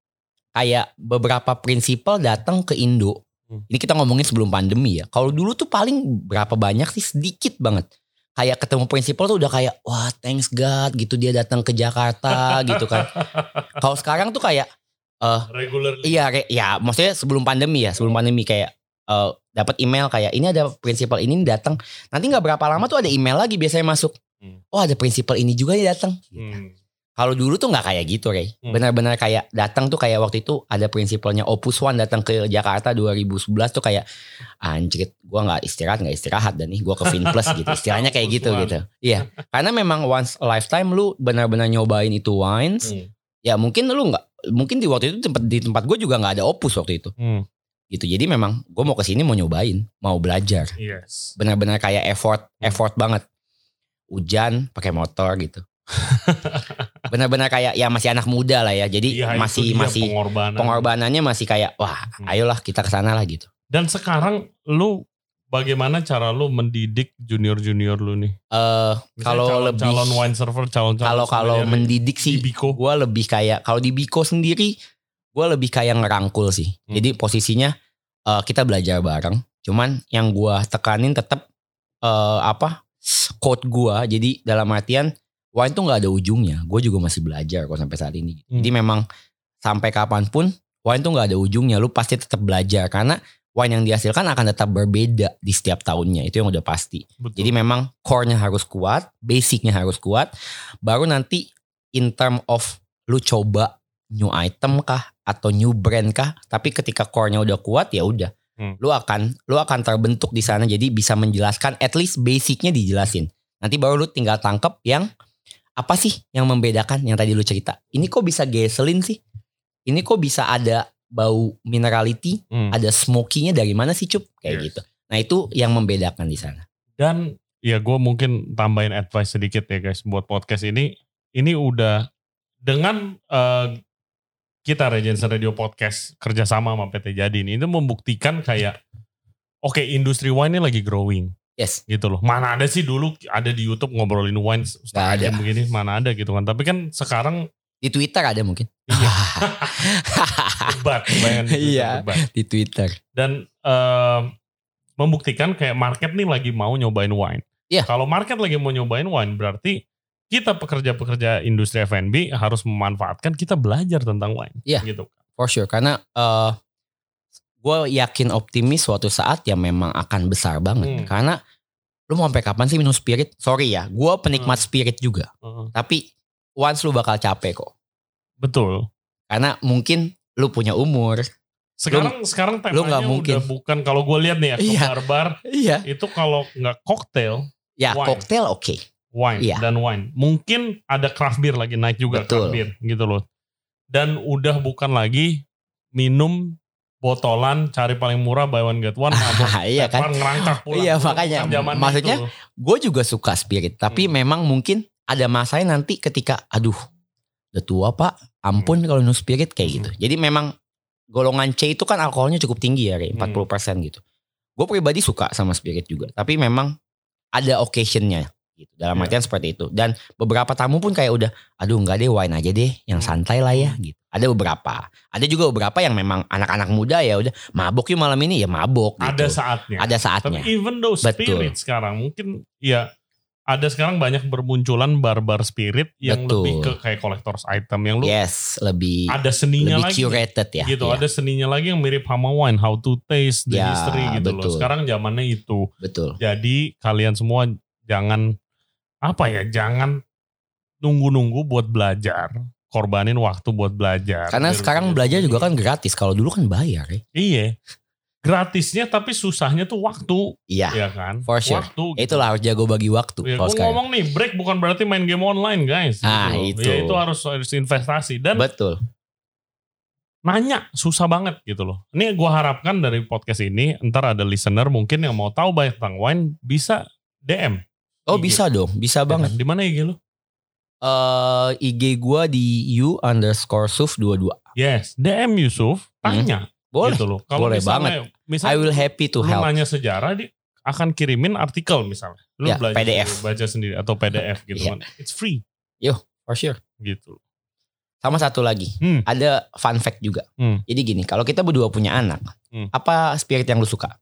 kayak beberapa prinsipal datang ke Indo. Hmm. Ini kita ngomongin sebelum pandemi ya. Kalau dulu tuh paling berapa banyak sih, sedikit banget. Kayak ketemu prinsipal tuh udah kayak wah thanks God gitu dia datang ke Jakarta gitu kan. Kalau sekarang tuh kayak uh, regularly. Iya re, ya maksudnya sebelum pandemi ya, sebelum pandemi kayak uh, dapat email kayak ini ada prinsipal ini datang. Nanti nggak berapa lama tuh ada email lagi biasanya masuk. Hmm. Oh ada prinsipal ini juga nih datang. Gitu. Hmm. Kalau dulu tuh nggak kayak gitu, Rey. Hmm. Benar-benar kayak datang tuh kayak waktu itu ada prinsipalnya Opus One datang ke Jakarta dua ribu sebelas tuh kayak anjir, gue nggak istirahat nggak istirahat dan nih gue ke Vinplus gitu. Istilahnya kayak gitu One. Gitu. Iya, karena memang once a lifetime lu benar-benar nyobain itu wines. Hmm. Ya mungkin lu nggak, mungkin di waktu itu tempat di tempat gue juga nggak ada Opus waktu itu. Hmm. Gitu. Jadi memang gue mau kesini mau nyobain, mau belajar. Yes. Benar-benar kayak effort, effort hmm. banget. Hujan pakai motor gitu. Benar-benar kayak ya masih anak muda lah ya. Jadi ya, masih masih pengorbanan. pengorbanannya masih kayak wah, hmm. ayolah kita kesana lah gitu. Dan sekarang lu bagaimana cara lu mendidik junior-junior lu nih? Uh, kalau calon, lebih calon wine server, calon kalau kalau mendidik sih gue lebih kayak kalau di Biko sendiri gue lebih kayak ngerangkul sih. Hmm. Jadi posisinya uh, kita belajar bareng. Cuman yang gue tekanin tetap uh, apa? Quote gue. Jadi dalam artian wine tuh gak ada ujungnya. Gue juga masih belajar kok sampai saat ini. Hmm. Jadi memang sampai kapanpun wine tuh gak ada ujungnya. Lu pasti tetap belajar. Karena wine yang dihasilkan akan tetap berbeda di setiap tahunnya. Itu yang udah pasti. Betul. Jadi memang core-nya harus kuat. Basicnya harus kuat. Baru nanti in term of lu coba new item kah? Atau new brand kah? Tapi ketika core-nya udah kuat ya udah. Hmm. Lu akan lu akan terbentuk di sana. Jadi bisa menjelaskan at least basicnya dijelasin. Nanti baru lu tinggal tangkep yang apa sih yang membedakan yang tadi lu cerita? Ini kok bisa gasoline sih? Ini kok bisa ada bau minerality? Hmm. Ada smoky-nya dari mana sih Cup? Kayak yes. gitu. Nah itu yang membedakan di sana. Dan ya gue mungkin tambahin advice sedikit ya guys buat podcast ini. Ini udah dengan uh, kita Regency Radio Podcast kerjasama sama P T Jadi ini itu membuktikan kayak oke okay, industri wine ini lagi growing. Yes. Gitu loh. Mana ada sih dulu ada di YouTube ngobrolin wine setengah jam begini. Mana ada gitu kan. Tapi kan sekarang. Di Twitter ada mungkin. Iya. Debat. Iya. Di Twitter. Dan uh, membuktikan kayak market nih lagi mau nyobain wine. Iya. Kalau market lagi mau nyobain wine berarti kita pekerja-pekerja industri F and B harus memanfaatkan kita belajar tentang wine. Iya. Gitu. For sure. Karena. Uh, gue yakin optimis suatu saat ya memang akan besar banget. Hmm. Karena lu mau sampai kapan sih minum spirit? Sorry ya, gue penikmat hmm. spirit juga. Hmm. Tapi once lu bakal capek kok. Betul. Karena mungkin lu punya umur. Sekarang lu, sekarang temanya udah bukan kalau gue lihat nih ya iya. ke bar-bar. Iya. Itu kalau nggak koktail. Ya koktail oke. Okay. Wine iya. dan wine. Mungkin ada craft beer lagi naik juga. Betul. Craft beer gitu loh. Dan udah bukan lagi minum botolan cari paling murah buy one get one ah, iya kan ngerangkak pulang. Iya makanya maksudnya gue juga suka spirit tapi hmm. memang mungkin ada masanya nanti ketika aduh udah tua pak ampun hmm. kalau minum spirit kayak hmm. gitu. Jadi memang golongan C itu kan alkoholnya cukup tinggi ya kayak empat puluh persen gitu. Gue pribadi suka sama spirit juga tapi memang ada occasionnya gitu. Dalam yeah. artian seperti itu. Dan beberapa tamu pun kayak udah aduh enggak deh wine aja deh yang santai lah ya gitu. Ada beberapa. Ada juga beberapa yang memang anak-anak muda ya udah mabok yuk malam ini ya mabok gitu. Ada saatnya. Ada saatnya. Tapi even though spirit Betul. Sekarang mungkin ya ada sekarang banyak bermunculan bar-bar spirit yang Betul. Lebih ke kayak collector's item yang lu yes, lebih ada seninya lebih lagi curated ya. Gitu, ya. Ada seninya lagi yang mirip sama wine, how to taste the ya, history gitu betul. Loh. Sekarang zamannya itu. Betul. Jadi kalian semua jangan apa ya, jangan nunggu-nunggu buat belajar. Korbanin waktu buat belajar. Karena sekarang belajar juga kan gratis. Kalau dulu kan bayar ya. Iya. Gratisnya tapi susahnya tuh waktu. Iya. Ya kan? For sure. Waktu. Gitu. Itulah harus jago bagi waktu. Ya, gue ngomong nih break bukan berarti main game online guys. Ah gitu. itu. Ya itu harus, harus investasi. Dan betul. Nanya susah banget gitu loh. Ini gue harapkan dari podcast ini. Ntar ada listener mungkin yang mau tahu banyak tentang wine. Bisa D M. Oh I G. Bisa dong, bisa ya, banget. Di mana I G lu? Uh, I G gue di U underscore Suf dua puluh dua. Yes, D M Yusuf, tanya. Hmm. Boleh, gitu loh. Kalau boleh misalnya, banget. Misalnya, I will happy to lu help. Lu nanya sejarah, dia akan kirimin artikel misalnya. Lu ya, belajar, P D F. baca sendiri atau P D F gitu kan. Yeah. It's free. Yo, for sure. Gitu. Sama satu lagi, hmm. ada fun fact juga. Hmm. Jadi gini, kalau kita berdua punya anak, hmm. apa spirit yang lu suka?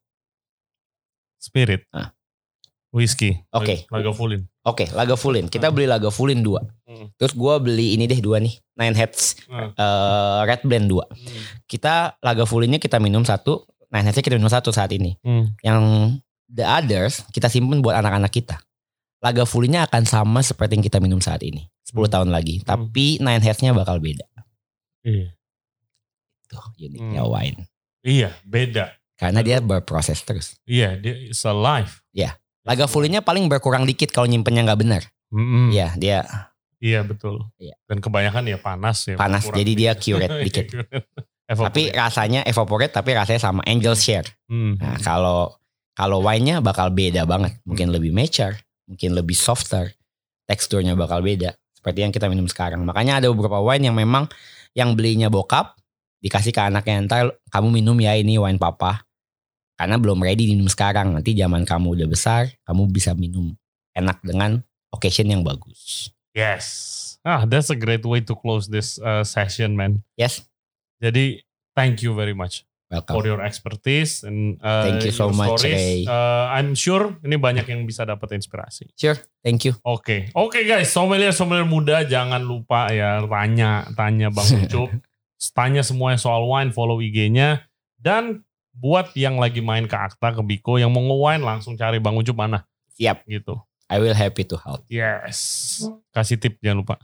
Spirit? Nah. Whisky. Oke. Okay. Lagavulin. Oke, okay, Lagavulin. Kita beli Lagavulin dua. Hmm. Terus gue beli ini deh dua nih, Nine Heads hmm. uh, Red Blend dua. Hmm. Kita Lagavulinnya kita minum satu, Nine Headsnya kita minum satu saat ini. Hmm. Yang the others kita simpen buat anak-anak kita. Lagavulinnya akan sama seperti yang kita minum saat ini, sepuluh hmm. tahun lagi. Hmm. Tapi Nine Headsnya bakal beda. Iya. Tuh uniknya hmm. wine. Iya, beda. Karena dia berproses terus. Iya, dia is alive. Iya. Lagavulinnya paling berkurang dikit kalau nyimpennya nggak benar. Mm-hmm. Iya, dia. Iya betul. Iya. Dan kebanyakan ya panas ya. Panas, jadi dia curate dikit. Tapi rasanya evaporate, tapi rasanya sama Angel Share. Mm-hmm. Nah, kalau kalau wine-nya bakal beda banget. Mungkin mm-hmm. lebih mature, mungkin lebih softer, teksturnya bakal beda. Seperti yang kita minum sekarang. Makanya ada beberapa wine yang memang yang belinya bokap dikasih ke anaknya, entar kamu minum ya ini wine papa. Karena belum ready minum sekarang. Nanti zaman kamu udah besar, kamu bisa minum enak dengan occasion yang bagus. Yes. Ah, that's a great way to close this uh, session, man. Yes. Jadi, thank you very much. Welcome. For your expertise and uh, thank you so much, Ray. Uh, I'm sure ini banyak yang bisa dapat inspirasi. Sure, thank you. Oke, okay. oke okay, guys, sommelier-sommelier muda jangan lupa ya tanya, tanya Bang Ucup, tanya semuanya soal wine, follow I G-nya dan buat yang lagi main ke Akta, ke Biko, yang mau nge-wine langsung cari Bang Ucup mana. Siap. Gitu. I will happy to help. Yes. Kasih tip jangan lupa.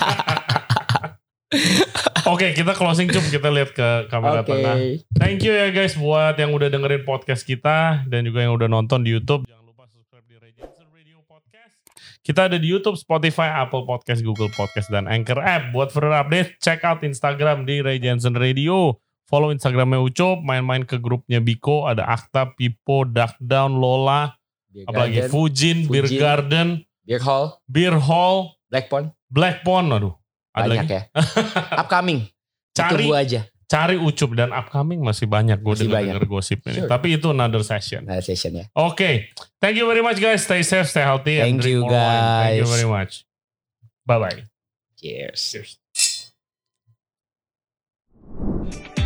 Oke, okay, kita closing Cup. Kita lihat ke kamera okay. tengah. Thank you ya guys buat yang udah dengerin podcast kita. Dan juga yang udah nonton di YouTube. Jangan lupa subscribe di Ray Jensen Radio Podcast. Kita ada di YouTube, Spotify, Apple Podcast, Google Podcast, dan Anchor App. Buat further update, check out Instagram di Ray Jensen Radio. Follow Instagramnya Ucup, main-main ke grupnya Biko, ada Akta, Pipo, Duck Down, Lola, Beer apalagi Garden, Fujin, Fujin, Beer Garden, Beer Hall, Beer Hall, Black Pond, Black Pond, aduh, ada banyak lagi. Ya. Upcoming, cari aja. Cari Ucup dan upcoming masih banyak, gue denger gosip ini. Sure. Tapi itu another session. Another session ya. Oke, okay. Thank you very much guys, stay safe, stay healthy, Thank and drink you more guys. wine. Thank you very much. Bye bye. Cheers. Cheers.